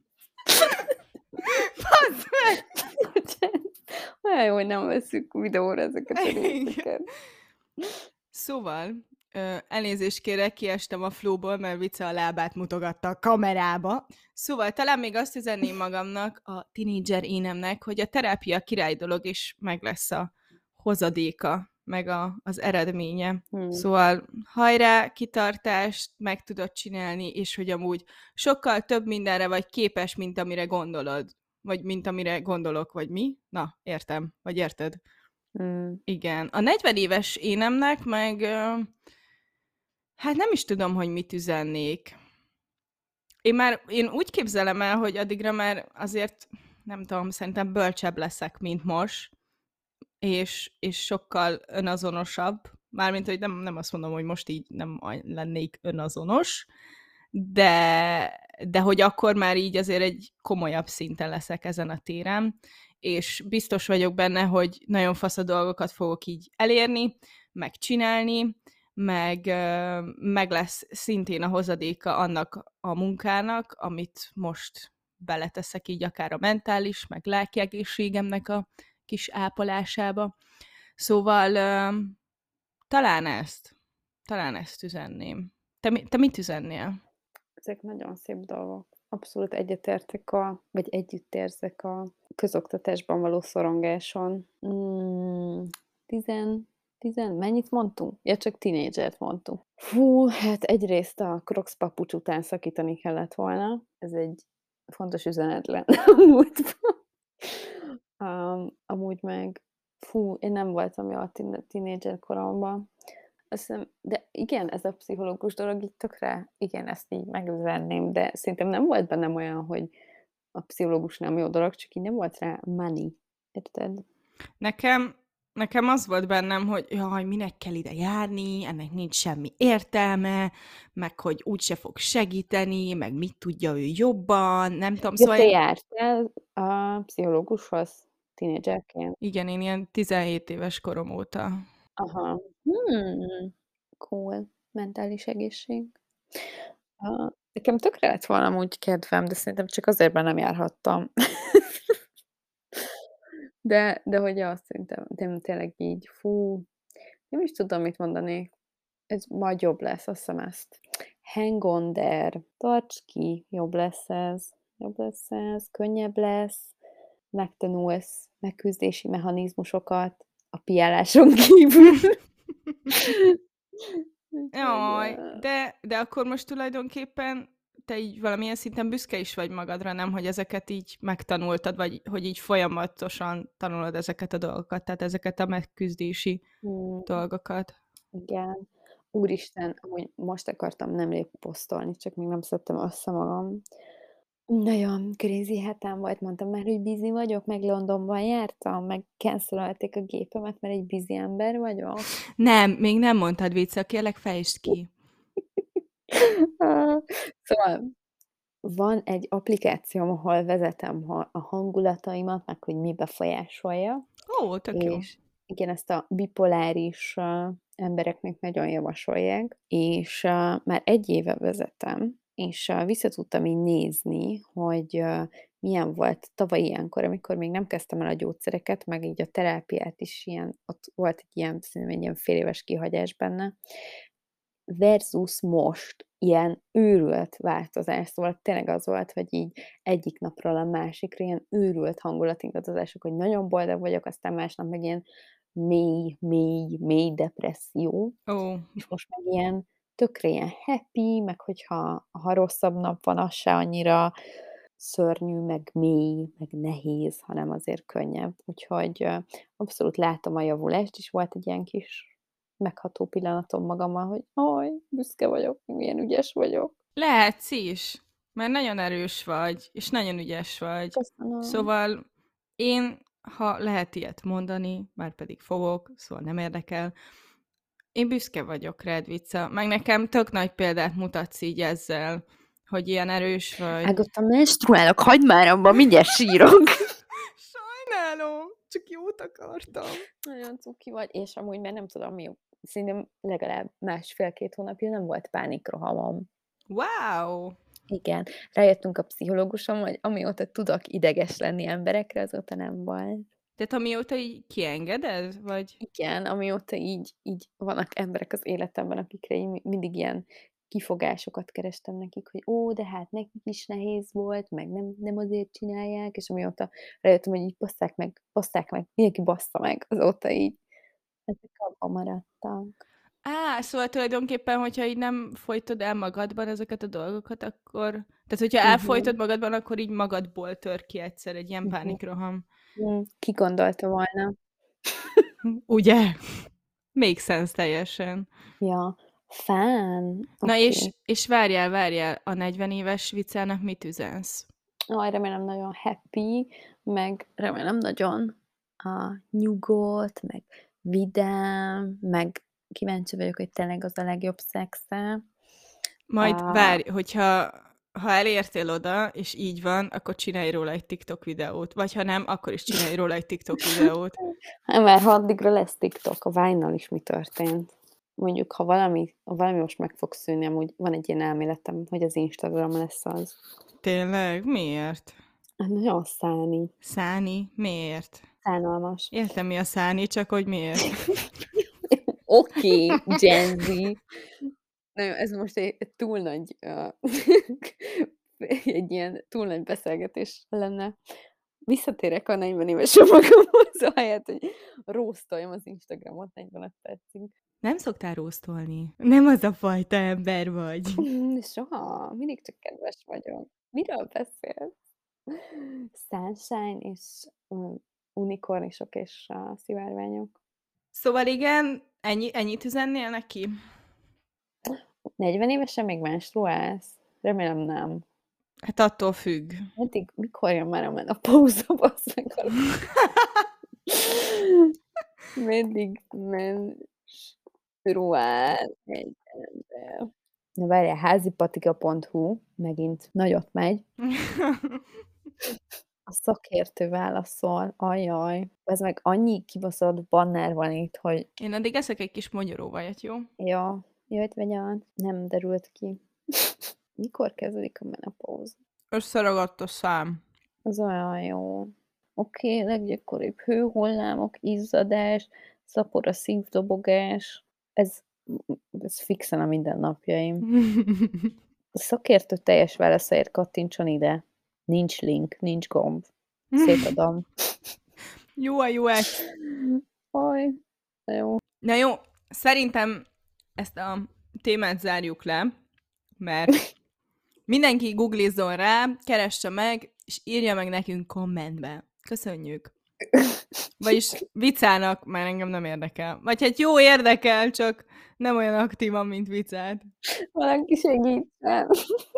Bazd meg! Olyan jó, hogy nem vesszük videóra ezeket a részeket. Szóval, elnézést kérek, kiestem a flowból, mert Vica a lábát mutogatta a kamerába. Szóval talán még azt üzenném magamnak, a tinédzser énemnek, hogy a terápia király dolog, és meg lesz a hozadéka, meg az eredménye. Szóval hajrá, kitartást meg tudod csinálni, és hogy amúgy sokkal több mindenre vagy képes, mint amire gondolod. Vagy mint amire gondolok, vagy mi? Na, értem. Vagy érted? Igen. A 40 éves énemnek meg hát nem is tudom, hogy mit üzennék. Én úgy képzelem el, hogy addigra már azért, nem tudom, szerintem bölcsebb leszek, mint most, és sokkal önazonosabb. Mármint, hogy nem azt mondom, hogy most így nem lennék önazonos, de hogy akkor már így azért egy komolyabb szinten leszek ezen a téren, és biztos vagyok benne, hogy nagyon fasz a dolgokat fogok így elérni, megcsinálni, meg lesz szintén a hozadéka annak a munkának, amit most beleteszek így akár a mentális, meg lelki egészségemnek a kis ápolásába. Szóval talán ezt üzenném. Te mit üzennél? Ezek nagyon szép dolgok. Abszolút egyetértek vagy együtt érzek a közoktatásban való szorongáson. 10, mennyit mondtunk? Ja, csak tinédzsert mondtunk. Fú, hát egyrészt a Crocs papucs után szakítani kellett volna. Ez egy fontos üzenet lenne a múltban. Amúgy meg, én nem voltam jó a tinédzser koromban. Azt hiszem, de igen, ez a pszichológus dolog így tökre, igen, ezt így megvenném, de szerintem nem volt bennem olyan, hogy a pszichológus nem jó dolog, csak így nem volt rá money. Érted? Nekem az volt bennem, hogy jaj, minek kell ide járni, ennek nincs semmi értelme, meg hogy úgyse fog segíteni, meg mit tudja ő jobban, nem tudom, Ja, szóval te jártál a pszichológushoz tínédzserként? igen, én ilyen 17 éves korom óta. Aha. Cool. Mentális egészség. Nekem tökre lett volna amúgy kedvem, de szerintem csak azért, mert nem járhattam. De hogy azt szerintem tényleg így, fú, nem is tudom, mit mondani. Ez majd jobb lesz, azt hiszem ezt. Hang on there, tarts ki, jobb lesz ez, könnyebb lesz, megtanulsz megküzdési mechanizmusokat a piáláson kívül. Úgyhogy, Jaj, de akkor most tulajdonképpen te így valamilyen szinten büszke is vagy magadra, nem, hogy ezeket így megtanultad, vagy hogy így folyamatosan tanulod ezeket a dolgokat, tehát ezeket a megküzdési mm, dolgokat. igen. Úristen, amúgy most akartam nemrég posztolni, csak még nem szedtem össze magam. Nagyon crazy hetem volt, mondtam már, hogy busy vagyok, meg Londonban jártam, meg cancelölték a gépemet, mert egy busy ember vagyok. Nem, még nem mondtad, Vica, kérlek fejtsd ki. Szóval van egy applikációm, ahol vezetem a hangulataimat, meg hogy mi befolyásolja, Ó, tök jó. és igen, ezt a bipoláris embereknek nagyon javasolják, és már 1 éve vezetem, és vissza tudtam így nézni, hogy milyen volt tavaly ilyenkor, amikor még nem kezdtem el a gyógyszereket, meg így a terápiát is ilyen, ott volt egy ilyen, szerintem egy ilyen féléves kihagyás benne, versus most ilyen őrült változás, szóval tényleg az volt, hogy így egyik napról a másikra ilyen őrült hangulatingadozások, hogy nagyon boldog vagyok, aztán másnap meg ilyen mély depresszió, Ó, és most meg ilyen tökre ilyen happy, meg ha rosszabb nap van, az se annyira szörnyű, meg mély, meg nehéz, hanem azért könnyebb. Úgyhogy abszolút látom a javulást, és volt egy ilyen kis megható pillanatom magammal, hogy büszke vagyok, milyen ügyes vagyok. lehetsz is, mert nagyon erős vagy, és nagyon ügyes vagy. Köszönöm. Szóval én, ha lehet ilyet mondani, már pedig fogok, szóval nem érdekel, én büszke vagyok rád, Vica. Meg nekem tök nagy példát mutatsz így ezzel, hogy ilyen erős vagy. Ágottam, menstruálok, hagyd már abba, mindjárt sírok. Sajnálom, csak jót akartam. Nagyon cuki vagy, és amúgy már nem tudom mi, szerintem legalább 1,5-2 hónapja nem volt pánikrohamom. Wow! Igen, rájöttünk a pszichológusom, hogy amióta tudok ideges lenni emberekre, azóta nem volt. Tehát amióta így kiengeded, vagy? Igen, amióta így vannak emberek az életemben, akikre én mindig ilyen kifogásokat kerestem nekik, hogy de hát nekik is nehéz volt, meg nem azért csinálják, és amióta rájöttem, hogy így basszák meg, mindenki bassza meg, azóta így ezek abba maradtak. Szóval tulajdonképpen, hogyha így nem folytod el magadban ezeket a dolgokat, akkor... Tehát, hogyha Uh-huh, elfolytod magadban, akkor így magadból tör ki egyszer egy ilyen uh-huh. pánikroham. Ki gondolta volna? Ugye? Make sense teljesen. Ja, fán, Na oké. és várjál, a 40 éves Vicának mit üzensz? Remélem nagyon happy, meg remélem nagyon nyugodt, meg vidám, meg kíváncsi vagyok, hogy tényleg az a legjobb szexe. Majd várj, ha elértél oda, és így van, akkor csinálj róla egy TikTok videót. Vagy ha nem, akkor is csinálj róla egy TikTok videót. Hát már ha addigra lesz TikTok, a Vine-nal is mi történt. Mondjuk, ha valami most meg fog szűnni, amúgy van egy ilyen elméletem, hogy az Instagram lesz az. Tényleg? Miért? Hát nagyon száni. Száni? Miért? Szánalmas. Értem, mi a száni, csak hogy miért. Oké, Gen Z. Na jó, ez most egy túl nagy, egy ilyen túl nagy beszélgetés lenne. Visszatérek a 40 éves önmagamhoz, ahelyett, hogy roastoljam az Instagramot 45 percig. Nem szoktál rósztolni. Nem az a fajta ember vagy. Soha, mindig csak kedves vagyok. Miről beszélsz? Sunshine és unikornisok és szivárványok. Szóval igen, ennyit üzennél neki? 40 évesen még menstruálsz? Remélem nem. Hát attól függ. Mikor jön már a menopauza, bassz meg Meddig menstruál egy ember? Na várjál, házipatika.hu megint nagyot megy. A szakértő válaszol. Ajjaj, ez meg annyi kibaszott banner van itt, hogy Én addig eszek egy kis magyaróvajat, jó? jöjjt vegyan, nem derült ki. Mikor kezdődik a menopauza? Összeragadt a szám. Az olyan jó. Oké, leggyakoribb hőhullámok, izzadás, szapora, szívdobogás. Ez fixen a mindennapjaim. A szakértő teljes válaszaért kattintson ide. Nincs link, nincs gomb. Szétadom. Jó a UX. Aj, jó. Na jó, szerintem ezt a témát zárjuk le, mert mindenki googlizzon rá, keresse meg, és írja meg nekünk kommentbe. Köszönjük. Vagyis Vicának már engem nem érdekel. Vagy hát jó érdekel, csak nem olyan aktívan, mint Vicát. Valaki segítsen.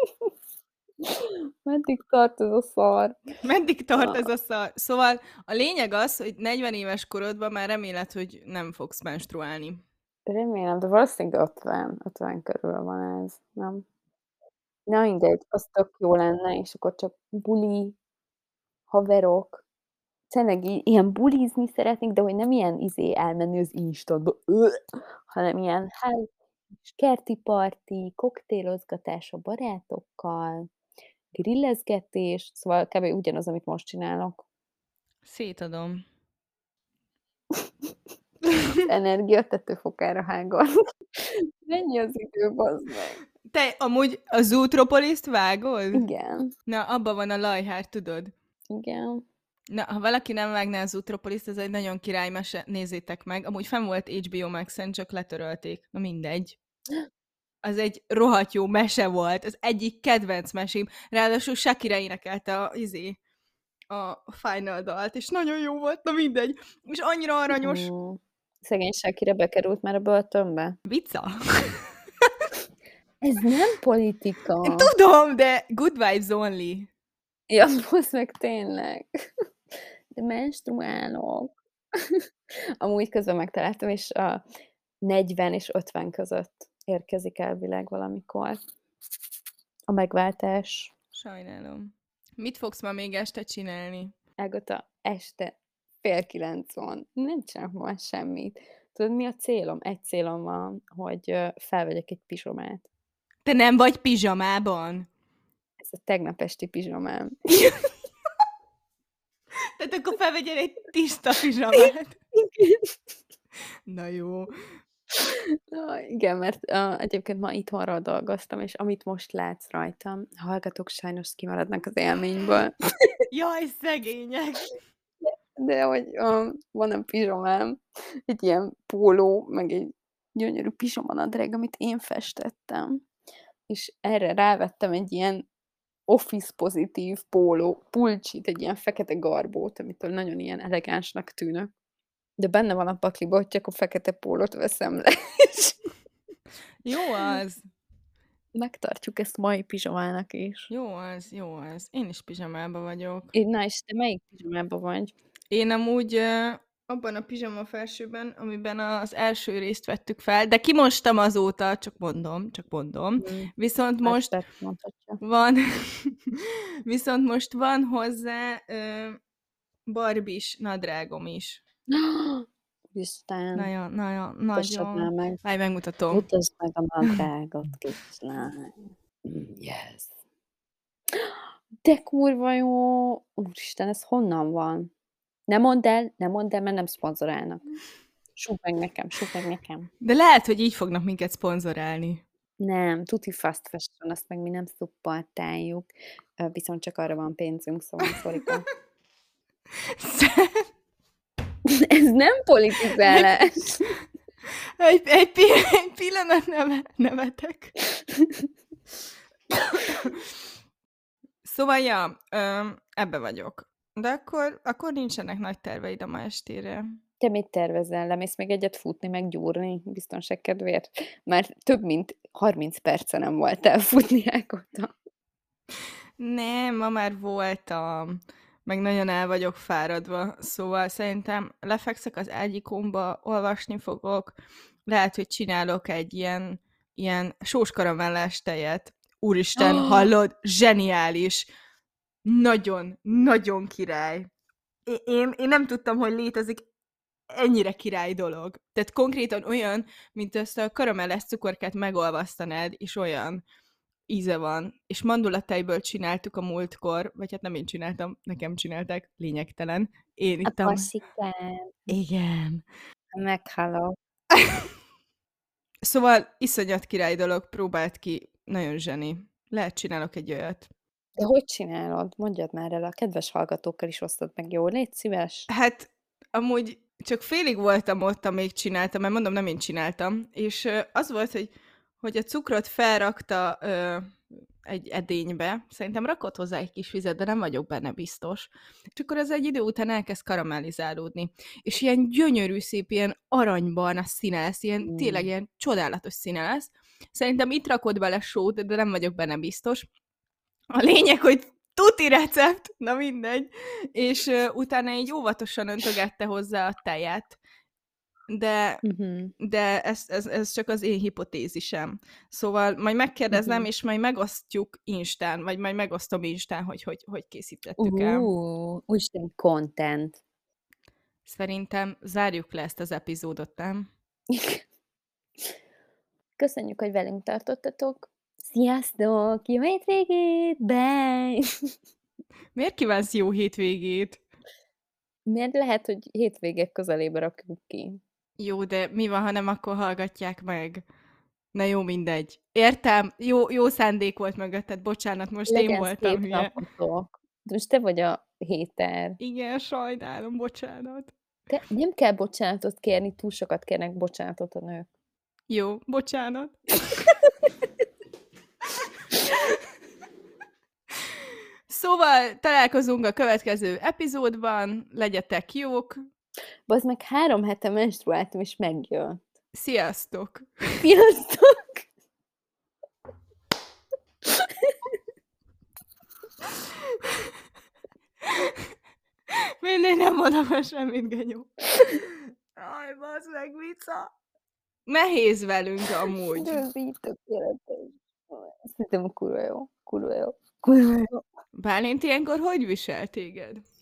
Meddig tart ez a szar? Meddig tart ez a szar? Szóval a lényeg az, hogy 40 éves korodban már reméled, hogy nem fogsz menstruálni. Remélem, de valószínűleg 50 körül van ez, nem? Na mindegy, az tök jó lenne, és akkor csak buli, haverok, tényleg ilyen bulizni szeretnénk, de hogy nem ilyen elmenni az Instantba, hanem ilyen kerti parti, koktélozgatás a barátokkal, grillezgetés, szóval kb. Ugyanaz, amit most csinálok. Szétadom. Energia tetőfokára hágol. Mennyi az idő, bazd meg. Te amúgy a Zootropoliszt vágod? Igen. Na, abban van a lajhár, tudod? Igen. Na, ha valaki nem vágná az Zootropoliszt, ez egy nagyon király mese, nézzétek meg. Amúgy fenn volt HBO Max-en, csak letörölték. Na mindegy. Az egy rohadt jó mese volt. Az egyik kedvenc mesém. Ráadásul Shakira énekelte a Final dalt, és nagyon jó volt, na mindegy. És annyira aranyos. Szegény Shakira bekerült már a börtönbe. Vicca. Ez nem politika. Én tudom, de good vibes only. Ja, most meg tényleg. De menstruálok. Amúgy közben megtaláltam, és a 40 és 50 között érkezik elvileg valamikor a megváltás. Sajnálom. Mit fogsz ma még este csinálni? Ágota, este 8:30 van. Nem csinálok ma semmit. Tudod, mi a célom? Egy célom van, hogy felvegyek egy pizsomát. Te nem vagy pizsamában? Ez a tegnap esti pizsamám. Tehát akkor felvegyél egy tiszta pizsamát. Na jó. Na, igen, mert egyébként ma itthonról dolgoztam, és amit most látsz rajtam, hallgatók sajnos kimaradnak az élményből. Jaj, szegények! De hogy van a pizsamám, egy ilyen póló, meg egy gyönyörű pizsamanadrág, amit én festettem, és erre rávettem egy ilyen office pozitív pulcsit, egy ilyen fekete garbót, amitől nagyon ilyen elegánsnak tűnök. De benne van a pakliba, hogy csak a fekete pólót veszem le. Jó az. Megtartjuk ezt mai pizsamának is. Jó az, jó az. Én is pizsamában vagyok. Na, és te melyik pizsamában vagy? Én amúgy abban a pizsama felsőben, amiben az első részt vettük fel, de kimostam azóta, csak mondom. Viszont most van, viszont most van hozzá Barbie-s nadrágom is. Isten. Nagyon. Meg. Várj, megmutatom. Mutasd meg a nadrágot, kislány. Yes. De kurva jó! Úristen, ez honnan van? Ne mondd el, mert nem szponzorálnak. Súgd meg nekem. De lehet, hogy így fognak minket szponzorálni. Nem, tuti fast fashion, azt meg mi nem szupportáljuk. Viszont csak arra van pénzünk, szóval szorika. Ez nem politizálás. Egy pillanat nevetek. Szóval, ja, ebbe vagyok. De akkor nincsenek nagy terveid a ma estére. Te mit tervezel? Lemész még egyet futni, meg gyúrni biztonság kedvéért? Már több mint 30 perce nem voltál futni Ágota. Nem, ma már voltam. Meg nagyon el vagyok fáradva, szóval szerintem lefekszek az ágyikomba, olvasni fogok, lehet, hogy csinálok egy ilyen sóskaramellás tejet. Úristen, hallod? Zseniális! Nagyon király. Én nem tudtam, hogy létezik ennyire király dolog. Tehát konkrétan olyan, mint ezt a karamelles cukorkát megolvasztanád, és olyan. íze van, és mandulatejből csináltuk a múltkor, vagy hát nem én csináltam, nekem csinálták, lényegtelen. Én A ittam. pasikám. Igen. Meghalok. Szóval iszonyat király dolog, próbáld ki, nagyon zseni. Lehet csinálok egy olyat. De hogy csinálod? Mondjad már el, a kedves hallgatókkal is osztod meg, jó? Légy szíves. Hát, amúgy csak félig voltam ott, amíg csináltam, mert mondom, nem én csináltam, és az volt, hogy a cukrot felrakta egy edénybe, szerintem rakott hozzá egy kis vizet, de nem vagyok benne biztos, és akkor az egy idő után elkezd karamellizálódni, és ilyen gyönyörű szép, ilyen aranybarna színe lesz, ilyen tényleg ilyen csodálatos színe lesz. Szerintem itt rakott bele sót, de nem vagyok benne biztos. A lényeg, hogy tuti recept, na mindegy, és utána így óvatosan öntögette hozzá a tejet, de Mhm. ez csak az én hipotézisem. Szóval majd megkérdezem, és majd megosztjuk Instán, vagy majd megosztom Instán, hogy készítettük el. Úristen, content. Szerintem zárjuk le ezt az epizódot, nem? Köszönjük, hogy velünk tartottatok. Sziasztok! Jó hétvégét! Bye! Miért kívánsz jó hétvégét? Miért lehet, hogy hétvége közelébe rakjuk ki? Jó, de mi van, ha nem, akkor hallgatják meg. Na jó, mindegy. Értem, jó szándék volt mögötted, bocsánat, most én Legyen voltam szép hülye. napotok. De most te vagy a héter. Igen, sajnálom, bocsánat. De nem kell bocsánatot kérni, túl sokat kérnek bocsánatot a nők. Jó, bocsánat. Szóval találkozunk a következő epizódban, legyetek jók. Bazd meg 3 hete menstruáltam, és megjött. Sziasztok! Sziasztok! Mindig nem mondom el semmit, genyó. Aj, bazd meg, Vica! Nehéz velünk amúgy. De így tökéletes. Szerintem kurva jó. Kurva jó. Kurva jó. Bálint ilyenkor hogy visel téged?